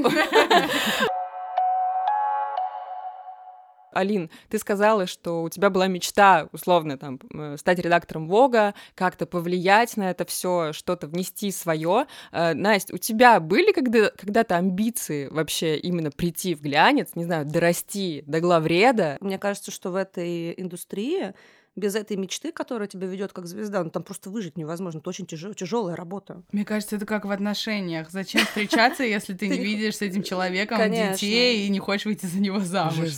Алин, ты сказала, что у тебя была мечта, условно, там, стать редактором Вога, как-то повлиять на это все, что-то внести свое. Настя, у тебя были когда-то амбиции вообще именно прийти в глянец, не знаю, дорасти до главреда? Мне кажется, что в этой индустрии без этой мечты, которая тебя ведет как звезда, там просто выжить невозможно. Это очень тяжелая работа. Мне кажется, это как в отношениях. Зачем встречаться, если ты не видишь с этим человеком детей и не хочешь выйти за него замуж?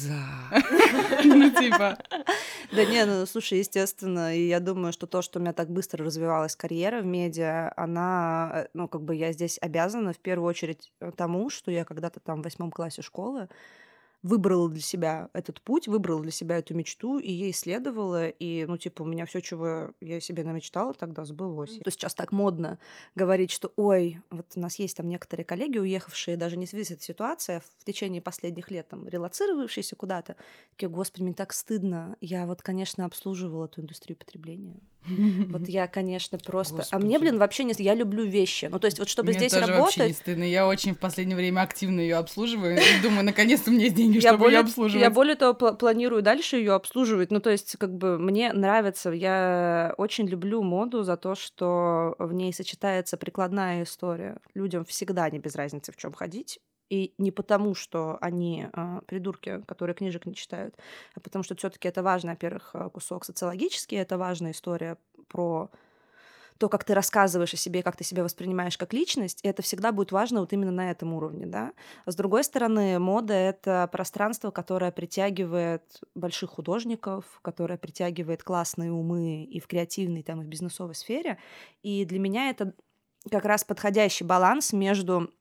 Да не, слушай, естественно, и я думаю, что то, что у меня так быстро развивалась карьера в медиа, она, я здесь обязана в первую очередь тому, что я когда-то там в 8 классе школы выбрала для себя этот путь, выбрала для себя эту мечту, и ей следовала, и, ну, типа, у меня все, чего я себе намечтала, тогда сбылось. То сейчас так модно говорить, что, ой, вот у нас есть там некоторые коллеги, уехавшие даже не в связи с этой ситуацией, а в течение последних лет, там, релоцировавшиеся куда-то, такие, господи, мне так стыдно, я вот, конечно, обслуживала эту индустрию потребления. Вот я, конечно, просто... Господи. А мне, блин, вообще не... Я люблю вещи. Ну, то есть вот чтобы Мне здесь тоже работать... вообще не стыдно. Я очень в последнее время активно ее обслуживаю и думаю, наконец-то у меня есть деньги, чтобы ее обслуживать. Я более того планирую дальше ее обслуживать. Ну, то есть, как бы, мне нравится, я очень люблю моду за то, что в ней сочетается прикладная история. Людям всегда не без разницы, в чем ходить. И не потому, что они придурки, которые книжек не читают, а потому что все-таки это важно, во-первых, кусок социологический, это важная история про то, как ты рассказываешь о себе, как ты себя воспринимаешь как личность, и это всегда будет важно вот именно на этом уровне, да. А с другой стороны, мода — это пространство, которое притягивает больших художников, которое притягивает классные умы и в креативной, там, и в бизнесовой сфере, и для меня это как раз подходящий баланс между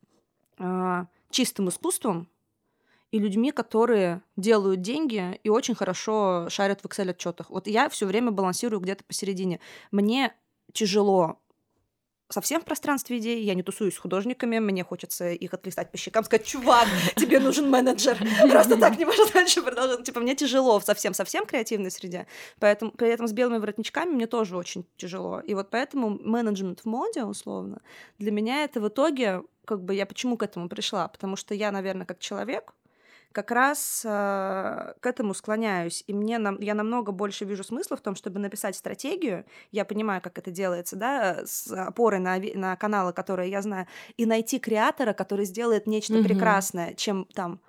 чистым искусством и людьми, которые делают деньги и очень хорошо шарят в Excel-отчетах. Вот я все время балансирую где-то посередине. Мне тяжело совсем в пространстве идей, я не тусуюсь с художниками, мне хочется их отлистать по щекам, сказать: чувак, тебе нужен менеджер, просто так не можно дальше продолжать. Типа, мне тяжело в совсем креативной среде, поэтому при этом с белыми воротничками мне тоже очень тяжело. И вот поэтому менеджмент в моде, условно, для меня это в итоге, как бы, я почему к этому пришла? Потому что я, наверное, как человек, как раз к этому склоняюсь. И я намного больше вижу смысла в том, чтобы написать стратегию. Я понимаю, как это делается, да, с опорой на каналы, которые я знаю, и найти креатора, который сделает нечто прекрасное, чем там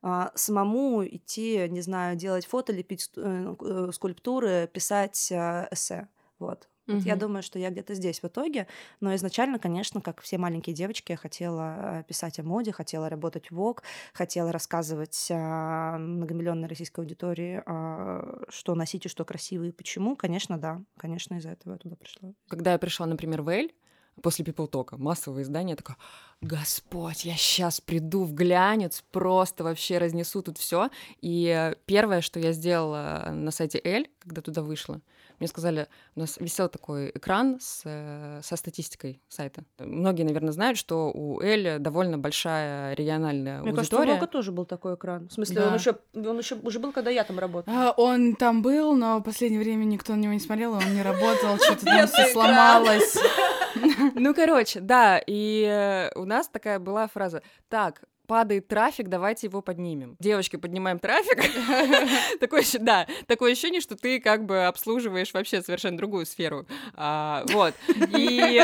самому идти, не знаю, делать фото, лепить скульптуры, писать эссе. Вот. Вот я думаю, что я где-то здесь в итоге, но изначально, конечно, как все маленькие девочки, я хотела писать о моде, хотела работать в Vogue, хотела рассказывать многомиллионной российской аудитории, что носить и что красиво и почему. Конечно, да, конечно, из-за этого я туда пришла. Когда я пришла, например, в Эль, после People Talk, массовое издание, я такая: Господь, я сейчас приду в глянец, просто вообще разнесу тут все. И первое, что я сделала на сайте Эль, когда туда вышла, мне сказали, у нас висел такой экран со статистикой сайта. Многие, наверное, знают, что у Эль довольно большая региональная Мне аудитория. кажется, у Vogue тоже был такой экран. В смысле, Да. он еще уже был, когда я там работала. Он там был, но в последнее время никто на него не смотрел, он не работал, что-то там все сломалось. Ну, короче, да, и у нас такая была фраза: так, падает трафик, давайте его поднимем. Девочки, поднимаем трафик. Такое ощущение, что ты как бы обслуживаешь вообще совершенно другую сферу. Вот. И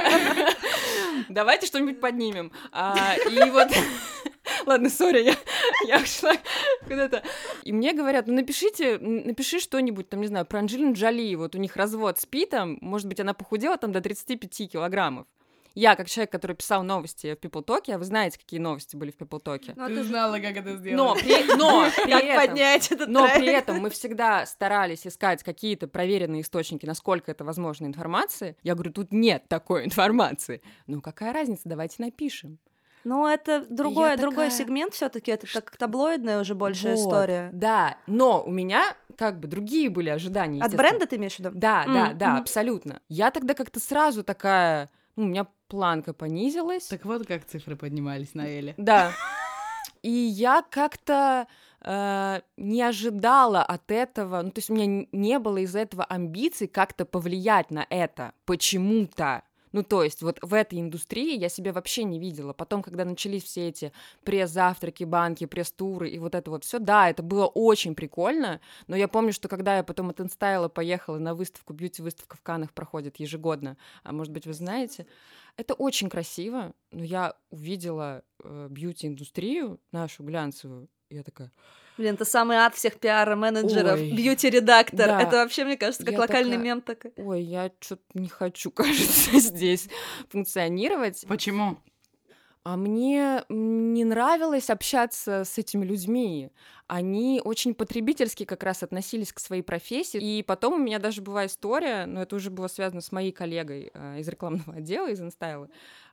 давайте что-нибудь поднимем. И вот... Ладно, сори, я ушла куда-то. И мне говорят: ну напиши что-нибудь, там, не знаю, про Анджелину Джоли, вот у них развод с Питом, может быть, она похудела там до 35 килограммов. Я, как человек, который писал новости в People Talk, а вы знаете, какие новости были в People Talk. Ты знала, как это сделать. Но поднять этот при этом мы всегда старались искать какие-то проверенные источники, насколько это возможно, информации. Я говорю, тут нет такой информации. Ну, какая разница, давайте напишем. Ну, это другой сегмент все-таки, это как таблоидная уже большая история. Да, но у меня как бы другие были ожидания. От бренда ты имеешь в виду? Да, абсолютно. Я тогда как-то сразу такая, у меня планка понизилась. Так вот как цифры поднимались на Эле. Да. И я как-то не ожидала от этого, ну, то есть у меня не было из-за этого амбиций как-то повлиять на это почему-то. Ну, то есть вот в этой индустрии я себя вообще не видела. Потом, когда начались все эти пресс-завтраки, банки, пресс-туры и вот это вот все, да, это было очень прикольно, но я помню, что когда я потом от Инстайла поехала на выставку, бьюти-выставка в Каннах проходит ежегодно, а может быть, вы знаете, это очень красиво, но я увидела бьюти-индустрию, нашу глянцевую, и я такая... Блин, это самый ад всех пиар-менеджеров, Ой, бьюти-редактор. да. Это вообще, мне кажется, как Я локальный такая, мем такой. Ой, я что-то не хочу, кажется, здесь функционировать. Почему? А мне не нравилось общаться с этими людьми. Они очень потребительски как раз относились к своей профессии. И потом у меня даже была история, но это уже было связано с моей коллегой из рекламного отдела, из Инстайла.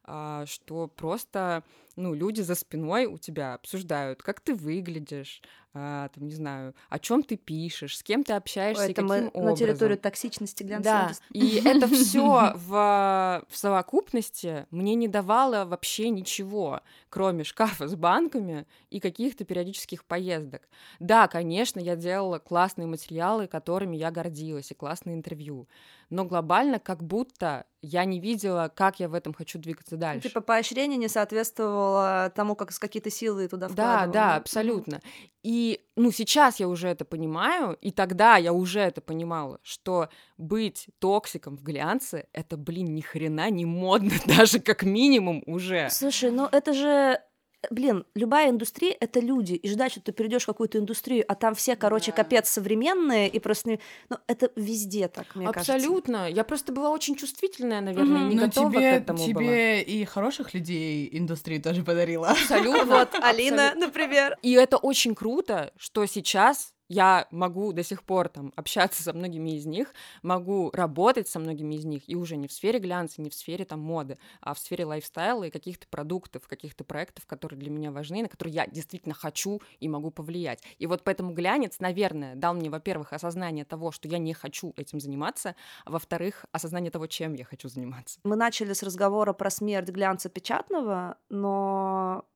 что просто, люди за спиной у тебя обсуждают, как ты выглядишь, там, не знаю, о чем ты пишешь, с кем ты общаешься, и Это каким мы образом. на территорию токсичности глянцевой Да, и это все в совокупности мне не давало вообще ничего, кроме шкафа с банками и каких-то периодических поездок. Да, конечно, я делала классные материалы, которыми я гордилась, и классные интервью, но глобально как будто я не видела, как я в этом хочу двигаться дальше. Типа поощрение не соответствовало тому, как какие-то силы туда вкладывала. Да, абсолютно. И, сейчас я уже это понимаю, и тогда я уже это понимала, что быть токсиком в глянце — это, ни хрена не модно, даже как минимум уже. Слушай, это же... любая индустрия — это люди, и ждать, что ты перейдешь в какую-то индустрию, а там все, капец современные, и просто... это везде так, мне кажется. Абсолютно. Я просто была очень чувствительная, наверное, и не готова к этому была. Тебе и хороших людей индустрии тоже подарила. Абсолютно. Вот, Алина, например. И это очень круто, что сейчас я могу до сих пор общаться со многими из них, могу работать со многими из них, и уже не в сфере глянца, не в сфере моды, а в сфере лайфстайла и каких-то продуктов, каких-то проектов, которые для меня важны, на которые я действительно хочу и могу повлиять. И вот поэтому глянец, наверное, дал мне, во-первых, осознание того, что я не хочу этим заниматься, а во-вторых, осознание того, чем я хочу заниматься. Мы начали с разговора про смерть глянца печатного, но...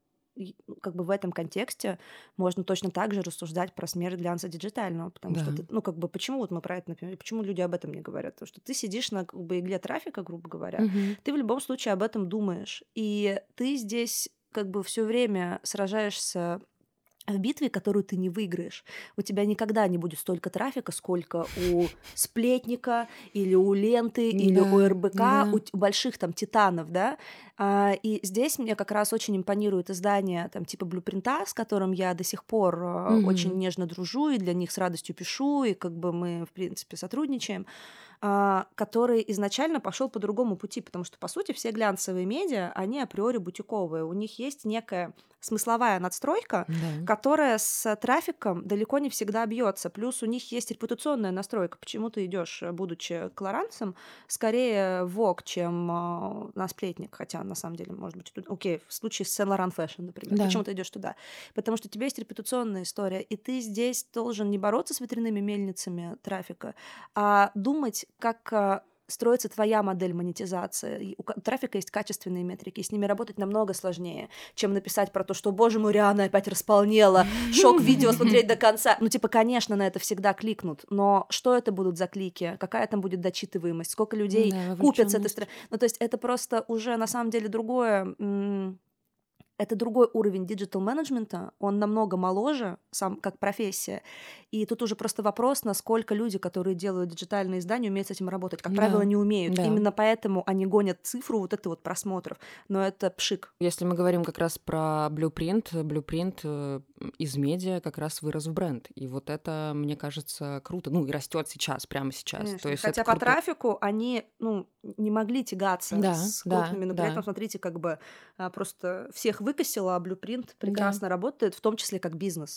в этом контексте можно точно так же рассуждать про смерть глянца диджитального, потому что ты, почему мы про это, например, почему люди об этом не говорят? Потому что ты сидишь на игле трафика, грубо говоря, ты в любом случае об этом думаешь, и ты здесь все время сражаешься в битве, которую ты не выиграешь. У тебя никогда не будет столько трафика, сколько у Сплетника или у Ленты, или у РБК, у больших титанов, да. И здесь мне как раз очень импонирует издание типа Блюпринта, с которым я до сих пор очень нежно дружу, и для них с радостью пишу, и мы, в принципе, сотрудничаем, который изначально пошел по другому пути, потому что, по сути, все глянцевые медиа, они априори бутиковые. У них есть некая смысловая надстройка, которая с трафиком далеко не всегда бьется. Плюс у них есть репутационная настройка. Почему ты идешь, будучи колоранцем, скорее в Vogue, чем на Сплетник, хотя на самом деле, может быть, окей, в случае с Saint Laurent Fashion, например. Почему ты идешь туда? Потому что у тебя есть репутационная история, и ты здесь должен не бороться с ветряными мельницами трафика, а думать, как строится твоя модель монетизации. У трафика есть качественные метрики, и с ними работать намного сложнее, чем написать про то, что, боже мой, Риhanna опять располнела, шок-видео смотреть до конца. Конечно, на это всегда кликнут, но что это будут за клики, какая там будет дочитываемость, сколько людей купят с этой стороны. То есть это просто уже на самом деле другое... Это другой уровень диджитал-менеджмента, он намного моложе, сам как профессия, и тут уже просто вопрос, насколько люди, которые делают диджитальные издания, умеют с этим работать. Как правило, не умеют. Именно поэтому они гонят цифру просмотров, но это пшик. Если мы говорим как раз про Blueprint из медиа как раз вырос в бренд, и вот это, мне кажется, круто, и растет сейчас, прямо сейчас. Конечно. То есть хотя по трафику они, не могли тягаться с крупными, но при этом, смотрите, просто всех выкосила, а Blueprint прекрасно работает, в том числе как бизнес.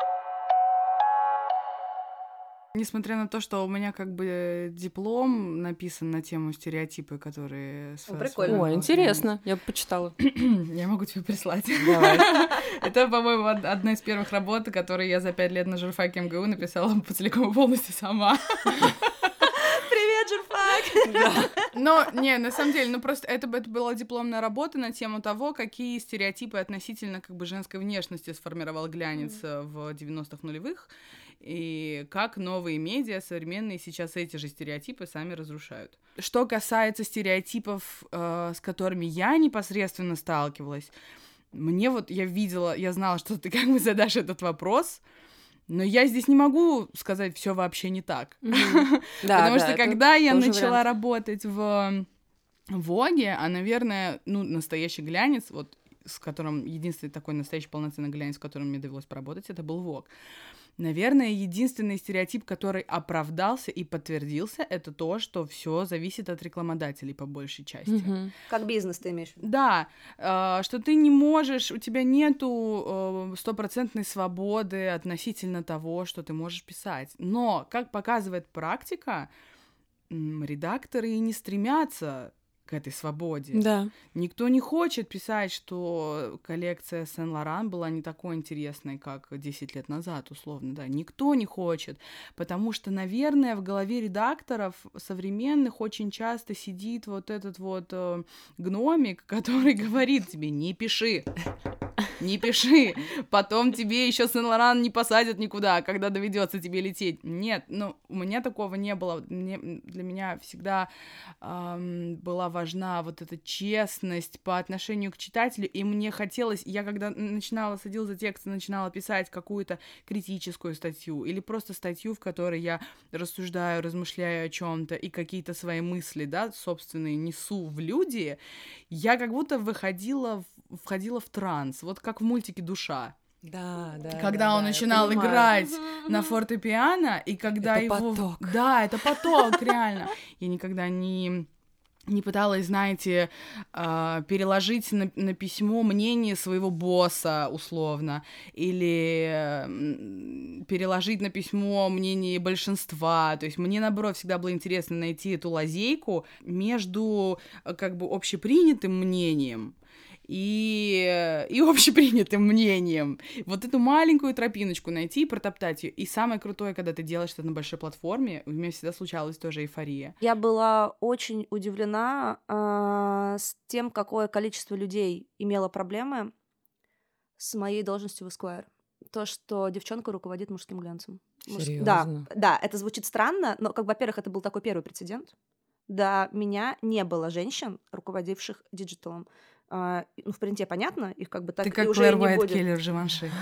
Несмотря на то, что у меня диплом написан на тему стереотипы, которые... Прикольно. Ой, интересно, я бы почитала. Я могу тебе прислать. Давай. Это, по-моему, одна из первых работ, которые я за 5 лет на журфаке МГУ написала целиком и полностью сама. Привет, журфак! Но, на самом деле, просто это была дипломная работа на тему того, какие стереотипы относительно женской внешности сформировал глянец в 90-х нулевых, и как новые медиа современные сейчас эти же стереотипы сами разрушают. Что касается стереотипов, с которыми я непосредственно сталкивалась, я знала, что ты задашь этот вопрос, но я здесь не могу сказать, все вообще не так. Потому что когда я начала работать в Воге, а, наверное, настоящий глянец, с которым единственный такой настоящий полноценный глянец, с которым мне довелось поработать, это был Vogue. Наверное, единственный стереотип, который оправдался и подтвердился, это то, что все зависит от рекламодателей по большей части. Как бизнес ты имеешь в виду? Да, что ты не можешь, у тебя нету стопроцентной свободы относительно того, что ты можешь писать. Но, как показывает практика, редакторы и не стремятся к этой свободе. Да. Никто не хочет писать, что коллекция Сен-Лоран была не такой интересной, как 10 лет назад, условно, да. Никто не хочет, потому что, наверное, в голове редакторов современных очень часто сидит вот этот вот гномик, который говорит тебе: не пиши, не пиши, потом тебе еще Сен-Лоран не посадят никуда, когда доведется тебе лететь. Нет, ну, у меня такого не было. Для меня всегда была важна вот эта честность по отношению к читателю, и мне хотелось, я когда садилась за текст и начинала писать какую-то критическую статью или просто статью, в которой я рассуждаю, размышляю о чем-то и какие-то свои мысли, да, собственные несу в люди, я как будто входила в транс, вот как в мультике «Душа». Да, Когда он начинал играть на фортепиано, и когда это его... поток. Да, это поток, реально. Я никогда не пыталась, знаете, переложить на письмо мнение своего босса, условно, или переложить на письмо мнение большинства. То есть мне, наоборот, всегда было интересно найти эту лазейку между как бы общепринятым мнением и общепринятым мнением. Вот эту маленькую тропиночку найти и протоптать ее. И самое крутое, когда ты делаешь это на большой платформе, у меня всегда случалась тоже эйфория. Я была очень удивлена с тем, какое количество людей имело проблемы с моей должностью в Esquire. То, что девчонка руководит мужским глянцем. Серьезно? Да, это звучит странно, но, как бы, во-первых, это был такой первый прецедент. До меня не было женщин, руководивших диджиталом. Ну, в принципе, понятно, их как бы так Ты как уже Клэр и не будет. Уайт-Келлер Живанши.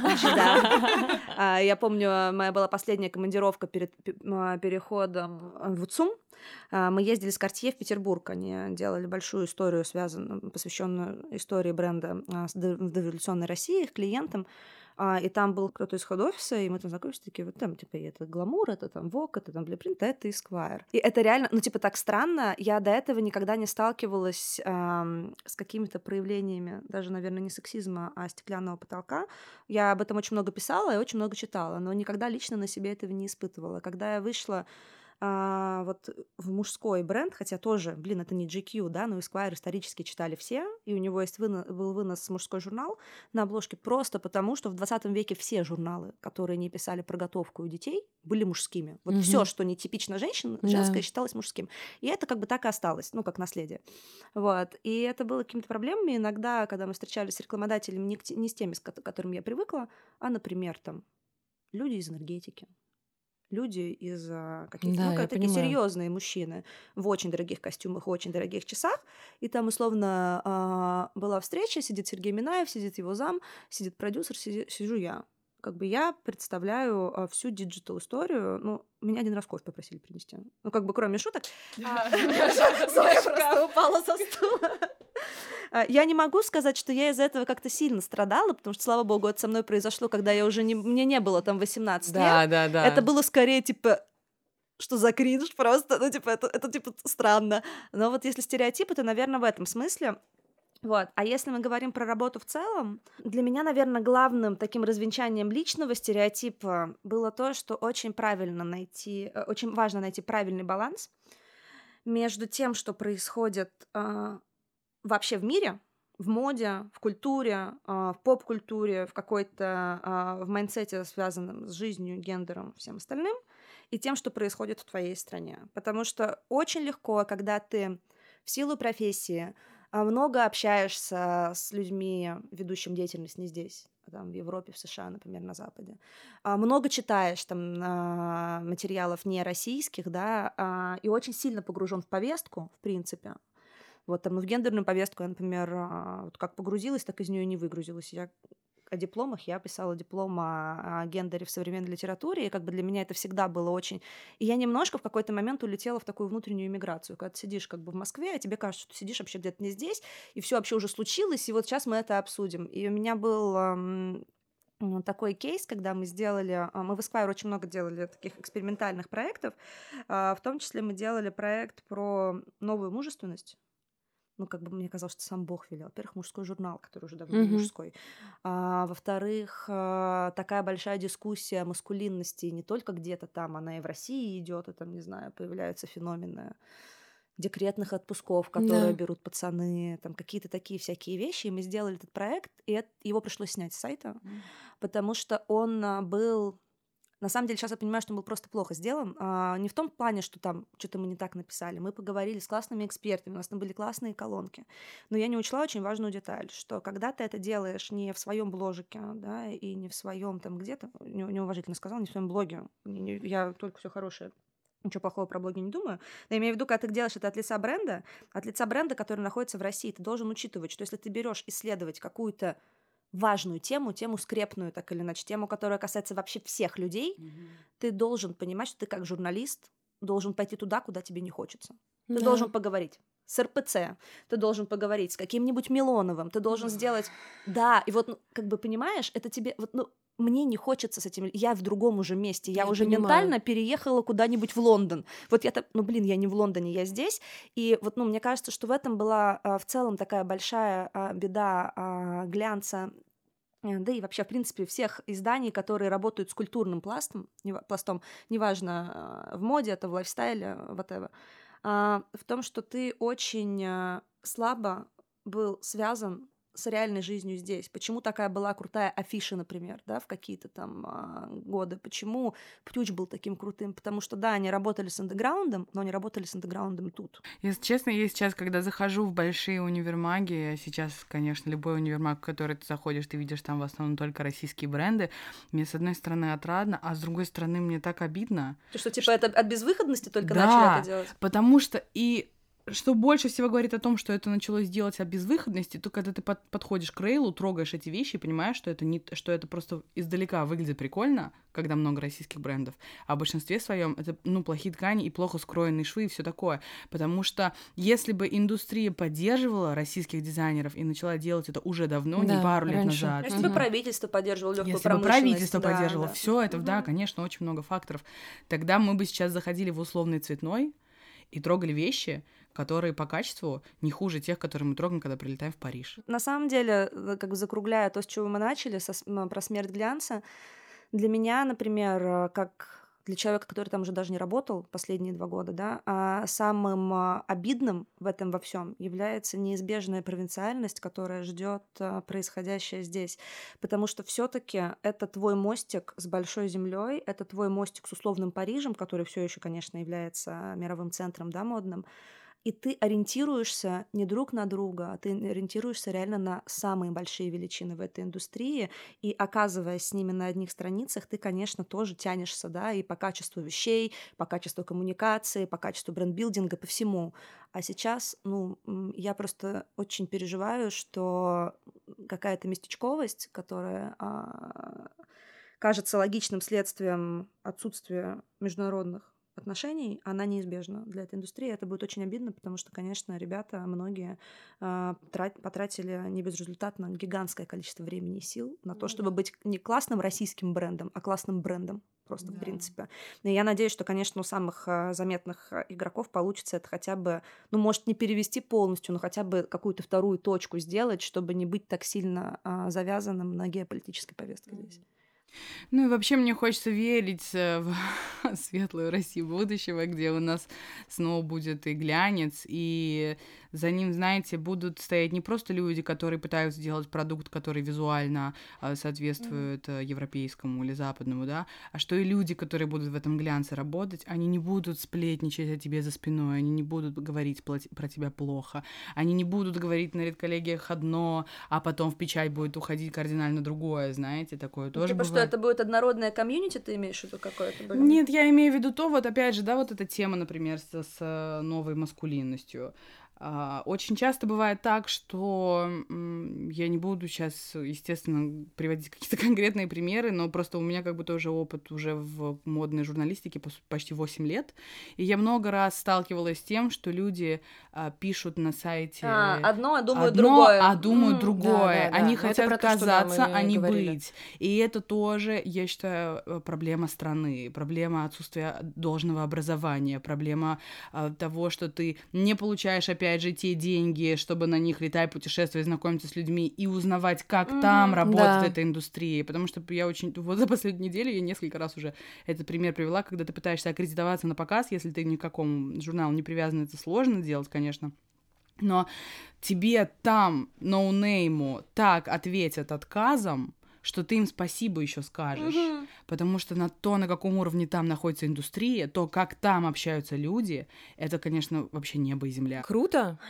Да. Я помню, моя была последняя командировка перед переходом в УЦУМ. Мы ездили с Cartier в Петербург. Они делали большую историю, посвященную истории бренда в дореволюционной России, их клиентам. И там был кто-то из хед-офиса, и мы там знакомились, такие, вот там, типа, это гламур, это там Vogue, это там Blueprint, это Esquire. И это реально, ну, типа, так странно. Я до этого никогда не сталкивалась с какими-то проявлениями, даже, наверное, не сексизма, а стеклянного потолка. Я об этом очень много писала и очень много читала, но никогда лично на себе этого не испытывала. Когда я вышла вот в мужской бренд, хотя тоже, это не GQ, да, но Esquire исторически читали все, и у него был вынос мужской журнал на обложке просто потому, что в 20 веке все журналы, которые не писали про готовку у детей, были мужскими. Вот все, что не типично женское, считалось мужским. И это как бы так и осталось, ну, как наследие. Вот. И это было какими-то проблемами иногда, когда мы встречались с рекламодателями, не с теми, к которым я привыкла, а, например, там, люди из энергетики. Люди из каких-то, такие серьезные мужчины в очень дорогих костюмах, в очень дорогих часах. И там, условно, была встреча, сидит Сергей Минаев, сидит его зам, сидит продюсер, сижу я. Как бы я представляю всю диджитал-историю. Ну, меня один раз кофе попросили принести. Ну, как бы кроме шуток. Соня просто упала со стула. Я не могу сказать, что я из-за этого как-то сильно страдала, потому что, слава богу, это со мной произошло, когда я уже мне не было там 18 лет. Да. Это было скорее, типа, что за кринж просто, ну, типа, это типа, странно. Но вот если стереотипы, то, наверное, в этом смысле. Вот. А если мы говорим про работу в целом, для меня, наверное, главным таким развенчанием личного стереотипа было то, что очень важно найти правильный баланс между тем, что происходит вообще в мире, в моде, в культуре, в поп-культуре, в какой-то в майндсете, связанном с жизнью, гендером, всем остальным, и тем, что происходит в твоей стране. Потому что очень легко, когда ты в силу профессии много общаешься с людьми, ведущим деятельность не здесь, а там в Европе, в США, например, на Западе, много читаешь там материалов не российских, да, и очень сильно погружен в повестку, в принципе. Вот там, в гендерную повестку я, например, вот как погрузилась, так из нее не выгрузилась. О дипломах я писала диплом о гендере в современной литературе, и как бы для меня это всегда было очень... И я немножко в какой-то момент улетела в такую внутреннюю эмиграцию, когда ты сидишь как бы в Москве, а тебе кажется, что ты сидишь вообще где-то не здесь, и все вообще уже случилось, и вот сейчас мы это обсудим. И у меня был такой кейс, когда мы в Esquire очень много делали таких экспериментальных проектов, в том числе мы делали проект про новую мужественность. Ну, как бы мне казалось, что сам Бог велел. Во-первых, мужской журнал, который уже давно не мужской. Во-вторых, такая большая дискуссия о маскулинности не только где-то там, она и в России идет, и там, не знаю, появляются феномены, декретных отпусков, которые берут пацаны, там какие-то такие всякие вещи. И мы сделали этот проект, и его пришлось снять с сайта, потому что он был... На самом деле, сейчас я понимаю, что он был просто плохо сделан. Не в том плане, что там что-то мы не так написали. Мы поговорили с классными экспертами, у нас там были классные колонки. Но я не учла очень важную деталь, что когда ты это делаешь не в своем бложике, да, и не в своем там где-то, неуважительно сказала, не в своем блоге, я только все хорошее, ничего плохого про блоги не думаю. Но я имею в виду, когда ты делаешь это от лица бренда, который находится в России, ты должен учитывать, что если ты берешь исследовать какую-то важную тему скрепную, так или иначе, тему, которая касается вообще всех людей, ты должен понимать, что ты как журналист должен пойти туда, куда тебе не хочется. Ты должен поговорить с РПЦ, ты должен поговорить с каким-нибудь Милоновым, ты должен сделать... Да, и вот, как бы, понимаешь, это тебе... Мне не хочется с этим... Я в другом уже месте. Я уже понимаю. Ментально переехала куда-нибудь в Лондон. Вот я-то... я не в Лондоне, я здесь. И вот, мне кажется, что в этом была в целом такая большая беда глянца, да и вообще, в принципе, всех изданий, которые работают с культурным пластом, неважно, в моде, это в лайфстайле, whatever, в том, что ты очень слабо был связан с реальной жизнью здесь. Почему такая была крутая афиша, например, да, в какие-то там годы? Почему Птюч был таким крутым? Потому что, да, они работали с андеграундом, но они работали с андеграундом тут. Если честно, я сейчас, когда захожу в большие универмаги, сейчас, конечно, любой универмаг, в который ты заходишь, ты видишь там в основном только российские бренды, мне, с одной стороны, отрадно, а с другой стороны, мне так обидно. То, что, типа, это от безвыходности только начали это делать? Потому что что больше всего говорит о том, что это началось делать от безвыходности, то когда ты подходишь к рейлу, трогаешь эти вещи и понимаешь, что это просто издалека выглядит прикольно, когда много российских брендов, а в большинстве своем это, плохие ткани и плохо скроенные швы и все такое. Потому что если бы индустрия поддерживала российских дизайнеров и начала делать это уже давно, не пару лет назад. Если бы правительство поддерживало легкую промышленность. Если бы правительство поддерживало все это, да, конечно, очень много факторов. Тогда мы бы сейчас заходили в условный цветной и трогали вещи, которые по качеству не хуже тех, которые мы трогаем, когда прилетаем в Париж. На самом деле, как бы закругляя то, с чего мы начали, про смерть глянца, для меня, например, как для человека, который там уже даже не работал последние 2 года, да, самым обидным в этом во всем является неизбежная провинциальность, которая ждет происходящее здесь. Потому что все-таки это твой мостик с большой землей, это твой мостик с условным Парижем, который все еще, конечно, является мировым центром, да, модным. И ты ориентируешься не друг на друга, а ты ориентируешься реально на самые большие величины в этой индустрии, и, оказываясь с ними на одних страницах, ты, конечно, тоже тянешься, да, и по качеству вещей, по качеству коммуникации, по качеству брендбилдинга, по всему. А сейчас, я просто очень переживаю, что какая-то местечковость, которая кажется логичным следствием отсутствия международных отношений, она неизбежна для этой индустрии. Это будет очень обидно, потому что, конечно, ребята, многие потратили не безрезультатно гигантское количество времени и сил на то, чтобы быть не классным российским брендом, а классным брендом просто, в принципе. И я надеюсь, что, конечно, у самых заметных игроков получится это хотя бы, может, не перевести полностью, но хотя бы какую-то вторую точку сделать, чтобы не быть так сильно завязанным на геополитической повестке здесь. И вообще мне хочется верить в светлую Россию будущего, где у нас снова будет и глянец, и за ним, знаете, будут стоять не просто люди, которые пытаются сделать продукт, который визуально соответствует европейскому или западному, да, а что и люди, которые будут в этом глянце работать, они не будут сплетничать о тебе за спиной, они не будут говорить про тебя плохо, они не будут говорить на редколлегиях одно, а потом в печать будет уходить кардинально другое, знаете, такое тоже бывает. Что это будет однородное комьюнити, ты имеешь в виду какое-то? Нет, я имею в виду то, вот опять же, да, вот эта тема, например, с новой маскулинностью. Очень часто бывает так, что я не буду сейчас, естественно, приводить какие-то конкретные примеры, но просто у меня как бы тоже опыт уже в модной журналистике почти 8 лет, и я много раз сталкивалась с тем, что люди пишут на сайте одно, а думают другое. А думают другое. Да. Они хотят казаться, а не говорили. быть. И это тоже, я считаю, проблема страны, проблема отсутствия должного образования, проблема того, что ты не получаешь опять опять же, те деньги, чтобы на них летать, путешествовать, знакомиться с людьми и узнавать, как там работает эта индустрия. Потому что я очень... Вот за последнюю неделю я несколько раз уже этот пример привела, когда ты пытаешься аккредитоваться на показ, если ты ни к какому журналу не привязан, это сложно делать, конечно. Но тебе там, ноунейму, так ответят отказом, что ты им спасибо еще скажешь. Потому что на каком уровне там находится индустрия, то, как там общаются люди, это, конечно, вообще небо и земля. Круто.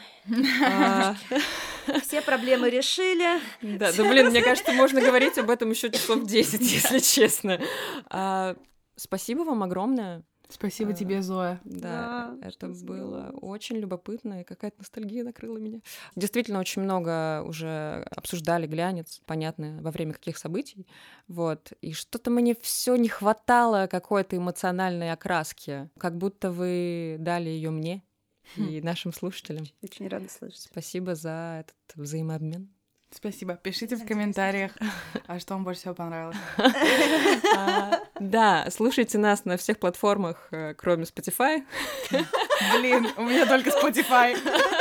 Все проблемы решили. Да, блин, мне кажется, можно говорить об этом еще часов 10, если честно. Спасибо вам огромное. Спасибо тебе, Зоя. Да, это было очень любопытно, и какая-то ностальгия накрыла меня. Действительно, очень много уже обсуждали глянец, понятно, во время каких событий. Вот. И что-то мне все не хватало какой-то эмоциональной окраски. Как будто вы дали ее мне и нашим слушателям. Очень рада слышать. Спасибо за этот взаимообмен. Спасибо. Пишите в комментариях, что вам больше всего понравилось. Да, слушайте нас на всех платформах, кроме Spotify. Блин, у меня только Spotify.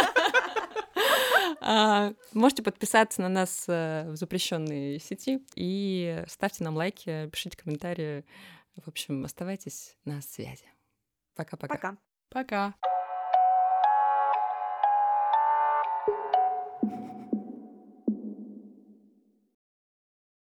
Можете подписаться на нас в запрещенной сети и ставьте нам лайки, пишите комментарии. В общем, оставайтесь на связи. Пока-пока. Пока. Пока.